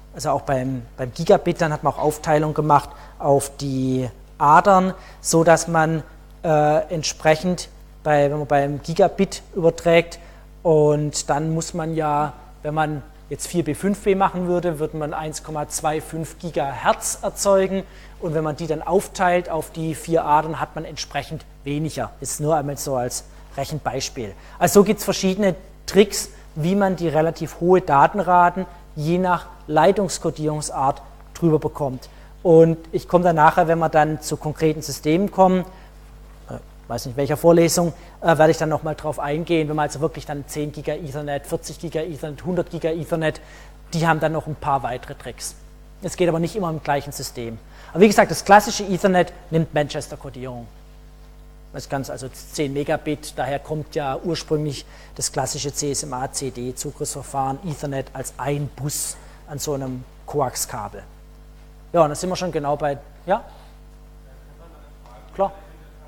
Also auch beim Gigabit, dann hat man auch Aufteilung gemacht auf die Adern, so dass man entsprechend, wenn man beim Gigabit überträgt, und dann muss man ja, wenn man jetzt 4B5B machen würde, würde man 1,25 Gigahertz erzeugen, und wenn man die dann aufteilt auf die 4 Adern, hat man entsprechend weniger. Das ist nur einmal so als Rechenbeispiel. Also so gibt es verschiedene Tricks, wie man die relativ hohe Datenraten je nach Leitungskodierungsart drüber bekommt. Und ich komme dann nachher, wenn wir dann zu konkreten Systemen kommen, weiß nicht, welcher Vorlesung, werde ich dann nochmal drauf eingehen, wenn man also wirklich dann 10 Giga Ethernet, 40 Giga Ethernet, 100 Giga Ethernet, die haben dann noch ein paar weitere Tricks. Es geht aber nicht immer im gleichen System. Aber wie gesagt, das klassische Ethernet nimmt Manchester-Kodierung. Das Ganze, also 10 Megabit, daher kommt ja ursprünglich das klassische CSMA-CD-Zugriffsverfahren Ethernet als ein Bus an so einem Koaxkabel. Ja, und da sind wir schon genau bei, ja? Klar.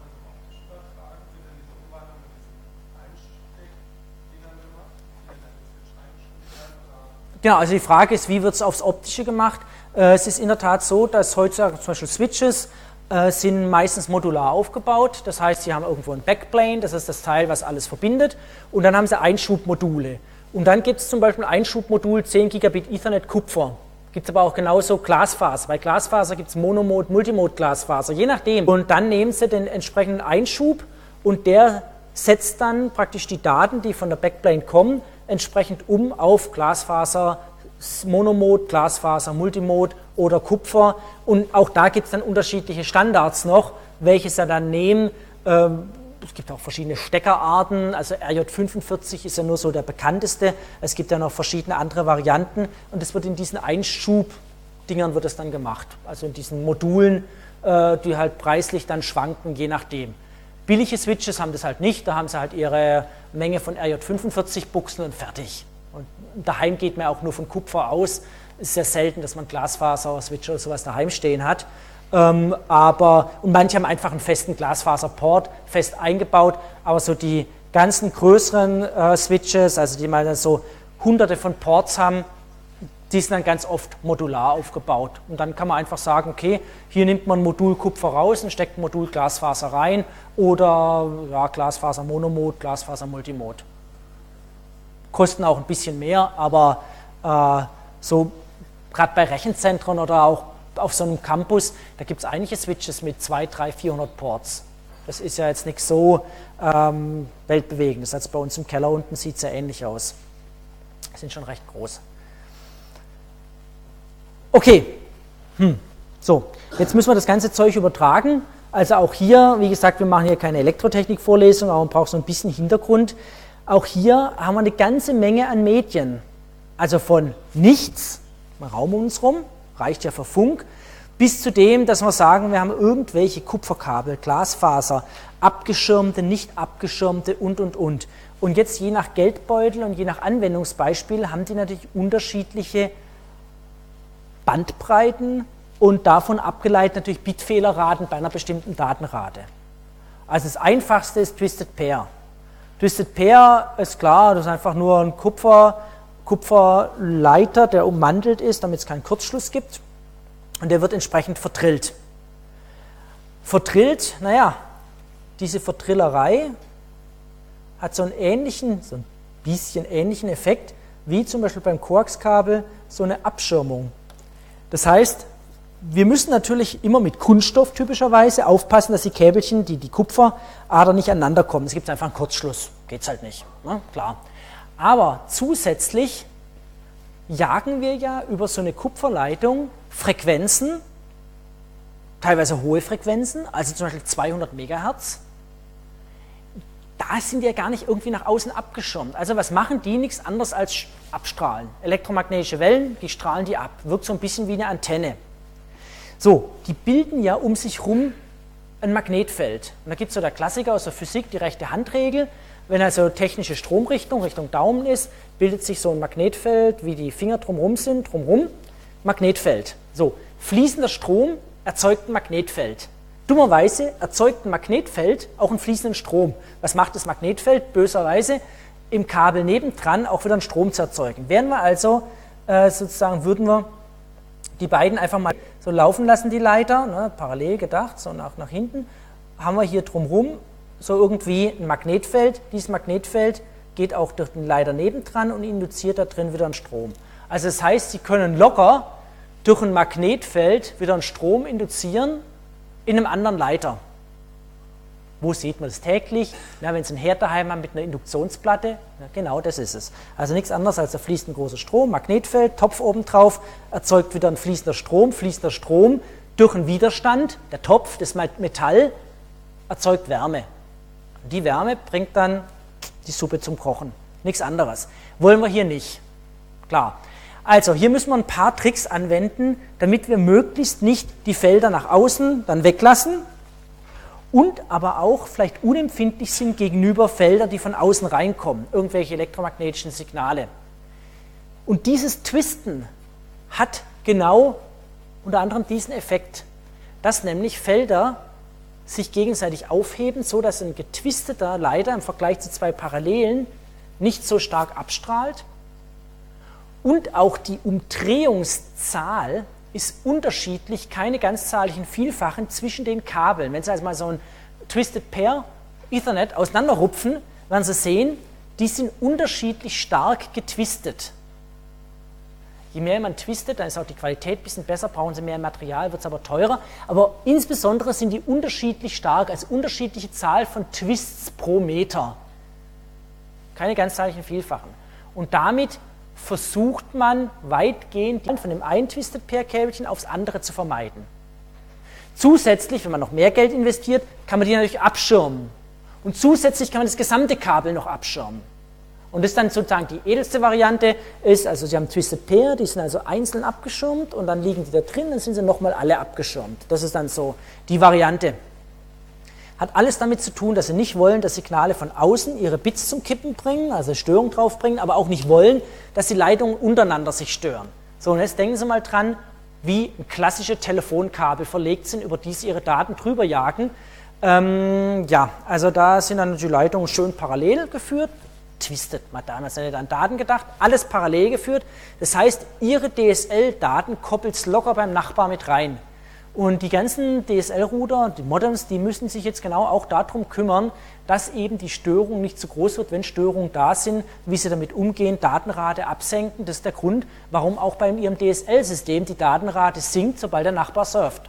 Genau, also die Frage ist, wie wird es aufs Optische gemacht? Es ist in der Tat so, dass heutzutage zum Beispiel Switches sind meistens modular aufgebaut. Das heißt, sie haben irgendwo ein Backplane, das ist das Teil, was alles verbindet. Und dann haben sie Einschubmodule. Und dann gibt es zum Beispiel Einschubmodul 10 Gigabit Ethernet Kupfer. Gibt es aber auch genauso Glasfaser. Bei Glasfaser gibt es Monomode, Multimode Glasfaser, je nachdem. Und dann nehmen sie den entsprechenden Einschub und der setzt dann praktisch die Daten, die von der Backplane kommen, entsprechend um auf Glasfaser, Monomode, Glasfaser, Multimode oder Kupfer. Und auch da gibt es dann unterschiedliche Standards noch, welche sie dann nehmen. Es gibt auch verschiedene Steckerarten, also RJ45 ist ja nur so der bekannteste. Es gibt ja noch verschiedene andere Varianten und es wird in diesen Einschubdingern wird es dann gemacht. Also in diesen Modulen, die halt preislich dann schwanken, je nachdem. Billige Switches haben das halt nicht, da haben sie halt ihre Menge von RJ45 Buchsen und fertig. Und daheim geht man auch nur von Kupfer aus. Es ist sehr selten, dass man Glasfaser-Switch oder sowas daheim stehen hat. Und manche haben einfach einen festen Glasfaserport fest eingebaut, aber so die ganzen größeren Switches, also die mal so hunderte von Ports haben, die sind dann ganz oft modular aufgebaut. Und dann kann man einfach sagen, okay, hier nimmt man ein Modul Kupfer raus und steckt ein Modul Glasfaser rein oder ja, Glasfaser Monomode, Glasfaser Multimode. Kosten auch ein bisschen mehr, aber so gerade bei Rechenzentren oder auch auf so einem Campus, da gibt es einige Switches mit 200, 300, 400 Ports. Das ist ja jetzt nicht so weltbewegendes. Also bei uns im Keller unten sieht es ja ähnlich aus. Die sind schon recht groß. Okay, so, jetzt müssen wir das ganze Zeug übertragen. Also auch hier, wie gesagt, wir machen hier keine Elektrotechnik-Vorlesung, aber man braucht so ein bisschen Hintergrund. Auch hier haben wir eine ganze Menge an Medien. Also von nichts, im Raum um uns rum, reicht ja für Funk, bis zu dem, dass wir sagen, wir haben irgendwelche Kupferkabel, Glasfaser, abgeschirmte, nicht abgeschirmte und. Und jetzt je nach Geldbeutel und je nach Anwendungsbeispiel haben die natürlich unterschiedliche Bandbreiten und davon abgeleitet natürlich Bitfehlerraten bei einer bestimmten Datenrate. Also das einfachste ist Twisted Pair. Twisted Pair ist klar, das ist einfach nur ein Kupferleiter, der ummantelt ist, damit es keinen Kurzschluss gibt. Und der wird entsprechend verdrillt. Verdrillt, naja, diese Verdrillerei hat so ein bisschen ähnlichen Effekt wie zum Beispiel beim Koaxkabel so eine Abschirmung. Das heißt, wir müssen natürlich immer mit Kunststoff typischerweise aufpassen, dass die Käbelchen, die Kupferader nicht aneinander kommen. Es gibt einfach einen Kurzschluss, geht's halt nicht, ne? Klar. Aber zusätzlich jagen wir ja über so eine Kupferleitung Frequenzen, teilweise hohe Frequenzen, also zum Beispiel 200 Megahertz. Da sind die ja gar nicht irgendwie nach außen abgeschirmt. Also was machen die? Nichts anderes als abstrahlen. Elektromagnetische Wellen, die strahlen die ab. Wirkt so ein bisschen wie eine Antenne. So, die bilden ja um sich rum ein Magnetfeld. Und da gibt es so der Klassiker aus der Physik, die rechte Handregel. Wenn also technische Stromrichtung Richtung Daumen ist, bildet sich so ein Magnetfeld, wie die Finger drumherum sind, Magnetfeld. So, fließender Strom erzeugt ein Magnetfeld. Dummerweise erzeugt ein Magnetfeld auch einen fließenden Strom. Was macht das Magnetfeld? Böserweise im Kabel nebendran auch wieder einen Strom zu erzeugen. Wären wir also würden wir die beiden einfach mal so laufen lassen, die Leiter, ne, parallel gedacht, so nach hinten, haben wir hier drumherum so irgendwie ein Magnetfeld. Dieses Magnetfeld geht auch durch den Leiter nebendran und induziert da drin wieder einen Strom. Also das heißt, Sie können locker durch ein Magnetfeld wieder einen Strom induzieren in einem anderen Leiter. Wo sieht man das täglich? Na, wenn Sie einen Herd daheim haben mit einer Induktionsplatte, na, genau das ist es. Also nichts anderes als da fließt ein großer Strom, Magnetfeld, Topf oben drauf, erzeugt wieder ein fließender Strom durch einen Widerstand, der Topf, das Metall, erzeugt Wärme. Und die Wärme bringt dann die Suppe zum Kochen. Nichts anderes. Wollen wir hier nicht. Klar. Also hier müssen wir ein paar Tricks anwenden, damit wir möglichst nicht die Felder nach außen dann weglassen und aber auch vielleicht unempfindlich sind gegenüber Feldern, die von außen reinkommen, irgendwelche elektromagnetischen Signale. Und dieses Twisten hat genau unter anderem diesen Effekt, dass nämlich Felder sich gegenseitig aufheben, so dass ein getwisteter Leiter im Vergleich zu zwei Parallelen nicht so stark abstrahlt. Und auch die Umdrehungszahl ist unterschiedlich, keine ganzzahligen Vielfachen zwischen den Kabeln. Wenn Sie also mal so ein Twisted Pair Ethernet auseinanderrupfen, werden Sie sehen, die sind unterschiedlich stark getwistet. Je mehr man twistet, dann ist auch die Qualität ein bisschen besser, brauchen Sie mehr Material, wird es aber teurer. Aber insbesondere sind die unterschiedlich stark, also unterschiedliche Zahl von Twists pro Meter. Keine ganzzahligen Vielfachen. Und damit versucht man weitgehend von dem einen Twisted Pair Käbelchen aufs andere zu vermeiden. Zusätzlich, wenn man noch mehr Geld investiert, kann man die natürlich abschirmen. Und zusätzlich kann man das gesamte Kabel noch abschirmen. Und das ist dann sozusagen die edelste Variante, ist, also Sie haben Twisted Pair, die sind also einzeln abgeschirmt und dann liegen die da drin, dann sind sie nochmal alle abgeschirmt. Das ist dann so die Variante. Hat alles damit zu tun, dass Sie nicht wollen, dass Signale von außen ihre Bits zum Kippen bringen, also Störung drauf bringen, aber auch nicht wollen, dass die Leitungen untereinander sich stören. So, und jetzt denken Sie mal dran, wie klassische Telefonkabel verlegt sind, über die Sie Ihre Daten drüber jagen. Ja, also da sind dann die Leitungen schön parallel geführt. Twisted, mal damals nicht an Daten gedacht, alles parallel geführt. Das heißt, Ihre DSL-Daten koppelt es locker beim Nachbar mit rein. Und die ganzen DSL-Router, die Modems, die müssen sich jetzt genau auch darum kümmern, dass eben die Störung nicht zu groß wird, wenn Störungen da sind, wie sie damit umgehen, Datenrate absenken. Das ist der Grund, warum auch bei Ihrem DSL-System die Datenrate sinkt, sobald der Nachbar surft.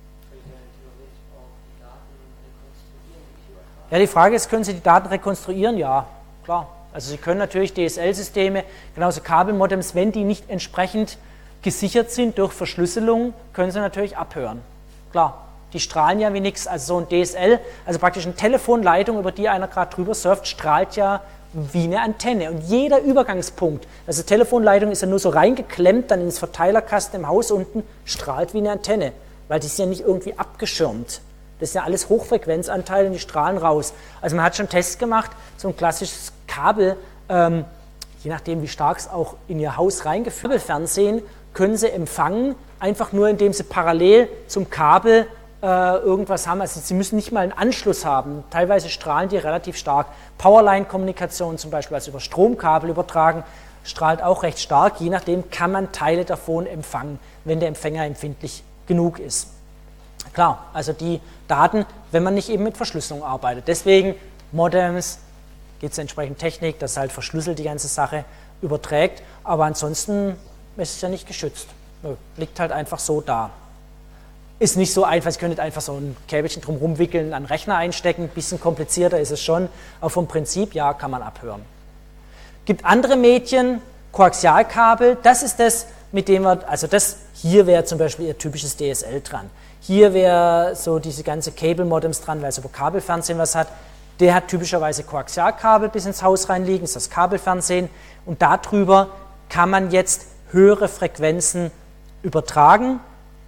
Ja, die Frage ist, können Sie die Daten rekonstruieren? Ja, klar. Also Sie können natürlich DSL-Systeme, genauso Kabelmodems, wenn die nicht entsprechend gesichert sind durch Verschlüsselung, können Sie natürlich abhören. Klar, die strahlen ja wie nichts. Also so ein DSL, also praktisch eine Telefonleitung, über die einer gerade drüber surft, strahlt ja wie eine Antenne. Und jeder Übergangspunkt, also Telefonleitung ist ja nur so reingeklemmt, dann ins Verteilerkasten im Haus unten, strahlt wie eine Antenne, weil die ist ja nicht irgendwie abgeschirmt. Das sind ja alles Hochfrequenzanteile und die strahlen raus. Also man hat schon Tests gemacht, so ein klassisches Kabel, je nachdem wie stark es auch in Ihr Haus reingeführt wird, Fernsehen, können Sie empfangen, einfach nur indem Sie parallel zum Kabel irgendwas haben. Also Sie müssen nicht mal einen Anschluss haben. Teilweise strahlen die relativ stark. Powerline-Kommunikation zum Beispiel, also über Stromkabel übertragen, strahlt auch recht stark. Je nachdem kann man Teile davon empfangen, wenn der Empfänger empfindlich genug ist. Klar, also die Daten, wenn man nicht eben mit Verschlüsselung arbeitet. Deswegen Modems, gibt es entsprechend Technik, das halt verschlüsselt die ganze Sache überträgt. Aber ansonsten ist es ja nicht geschützt. Liegt halt einfach so da. Ist nicht so einfach, Sie können nicht einfach so ein Käbelchen drumherum wickeln, an den Rechner einstecken, ein bisschen komplizierter ist es schon, aber vom Prinzip, ja, kann man abhören. Gibt andere Medien, Koaxialkabel, das ist das, mit dem wir, also das hier wäre zum Beispiel Ihr typisches DSL dran. Hier wäre so diese ganze Cable-Modems dran, weil es über Kabelfernsehen was hat. Der hat typischerweise Koaxialkabel bis ins Haus reinliegen, ist das Kabelfernsehen. Und darüber kann man jetzt höhere Frequenzen übertragen.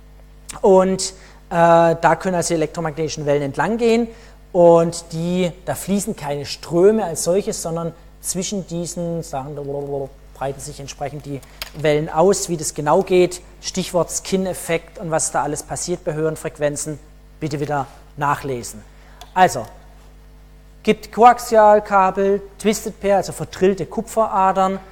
Und da können also die elektromagnetischen Wellen entlang gehen. Und da fließen keine Ströme als solches, sondern zwischen diesen Sachen breiten sich entsprechend die Wellen aus. Wie das genau geht, Stichwort Skin-Effekt und was da alles passiert bei höheren Frequenzen, bitte wieder nachlesen. Also, gibt Koaxialkabel, Twisted Pair, also verdrillte Kupferadern.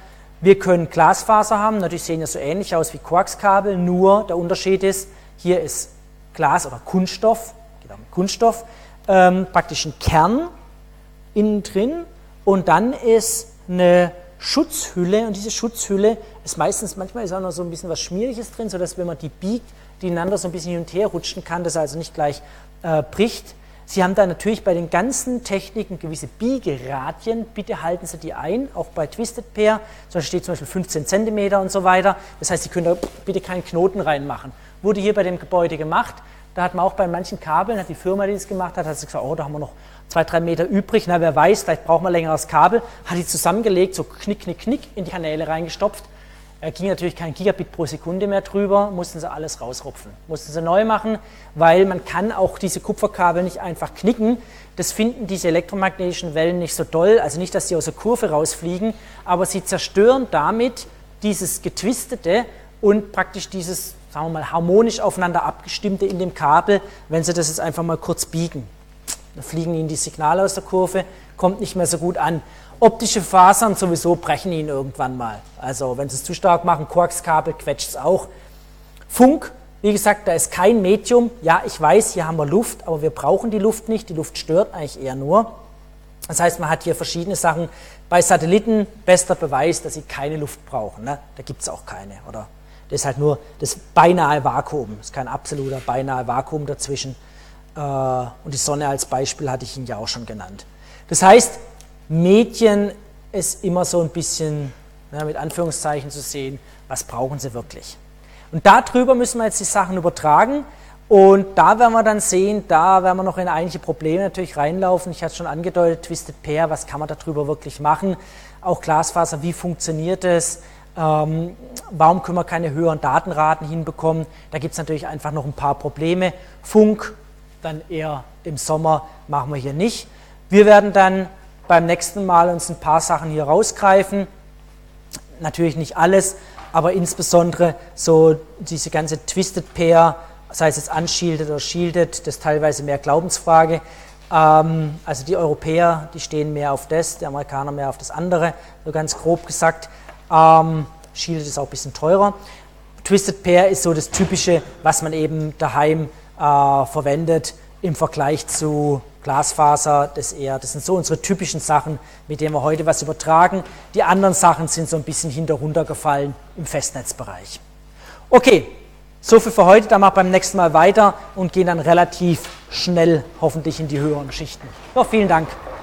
Wir können Glasfaser haben, natürlich sehen ja so ähnlich aus wie Koaxkabel, nur der Unterschied ist, hier ist Glas oder Kunststoff, geht auch mit Kunststoff, praktisch ein Kern innen drin und dann ist eine Schutzhülle und diese Schutzhülle ist meistens, manchmal ist auch noch so ein bisschen was Schmieriges drin, sodass wenn man die biegt, die ineinander so ein bisschen hin und her rutschen kann, dass er also nicht gleich bricht. Sie haben da natürlich bei den ganzen Techniken gewisse Biegeradien, bitte halten Sie die ein, auch bei Twisted Pair, so steht zum Beispiel 15 cm und so weiter, das heißt, Sie können da bitte keinen Knoten reinmachen. Wurde hier bei dem Gebäude gemacht, da hat man auch bei manchen Kabeln, hat die Firma, die das gemacht hat, hat sie gesagt, oh, da haben wir noch 2-3 Meter übrig, na wer weiß, vielleicht braucht man längeres Kabel, hat die zusammengelegt, so knick, knick, knick in die Kanäle reingestopft. Ging natürlich kein Gigabit pro Sekunde mehr drüber, mussten sie alles rausrupfen. Mussten sie neu machen, weil man kann auch diese Kupferkabel nicht einfach knicken. Das finden diese elektromagnetischen Wellen nicht so doll, also nicht, dass sie aus der Kurve rausfliegen, aber sie zerstören damit dieses Getwistete und praktisch dieses, sagen wir mal, harmonisch aufeinander abgestimmte in dem Kabel, wenn sie das jetzt einfach mal kurz biegen. Dann fliegen ihnen die Signale aus der Kurve, kommt nicht mehr so gut an. Optische Fasern sowieso brechen ihn irgendwann mal. Also wenn sie es zu stark machen, Koaxkabel quetscht es auch. Funk, wie gesagt, da ist kein Medium. Ja, ich weiß, hier haben wir Luft, aber wir brauchen die Luft nicht. Die Luft stört eigentlich eher nur. Das heißt, man hat hier verschiedene Sachen. Bei Satelliten bester Beweis, dass sie keine Luft brauchen. Ne? Da gibt es auch keine. Oder das ist halt nur das beinahe Vakuum. Das ist kein absoluter beinahe Vakuum dazwischen. Und die Sonne als Beispiel hatte ich Ihnen ja auch schon genannt. Das heißt, Medien ist immer so ein bisschen mit Anführungszeichen zu sehen, was brauchen sie wirklich. Und darüber müssen wir jetzt die Sachen übertragen und da werden wir dann sehen, da werden wir noch in einige Probleme natürlich reinlaufen. Ich hatte es schon angedeutet, Twisted Pair, was kann man darüber wirklich machen? Auch Glasfaser, wie funktioniert es? Warum können wir keine höheren Datenraten hinbekommen? Da gibt es natürlich einfach noch ein paar Probleme. Funk, dann eher im Sommer, machen wir hier nicht. Wir werden dann beim nächsten Mal uns ein paar Sachen hier rausgreifen, natürlich nicht alles, aber insbesondere so diese ganze Twisted Pair, sei es jetzt unshielded oder shielded, das ist teilweise mehr Glaubensfrage. Also die Europäer, die stehen mehr auf das, die Amerikaner mehr auf das andere, so ganz grob gesagt. Shielded ist auch ein bisschen teurer. Twisted Pair ist so das Typische, was man eben daheim verwendet im Vergleich zu Glasfaser, das sind so unsere typischen Sachen, mit denen wir heute was übertragen. Die anderen Sachen sind so ein bisschen hinteruntergefallen im Festnetzbereich. Okay, so viel für heute, dann machen wir beim nächsten Mal weiter und gehen dann relativ schnell hoffentlich in die höheren Schichten. Ja, vielen Dank.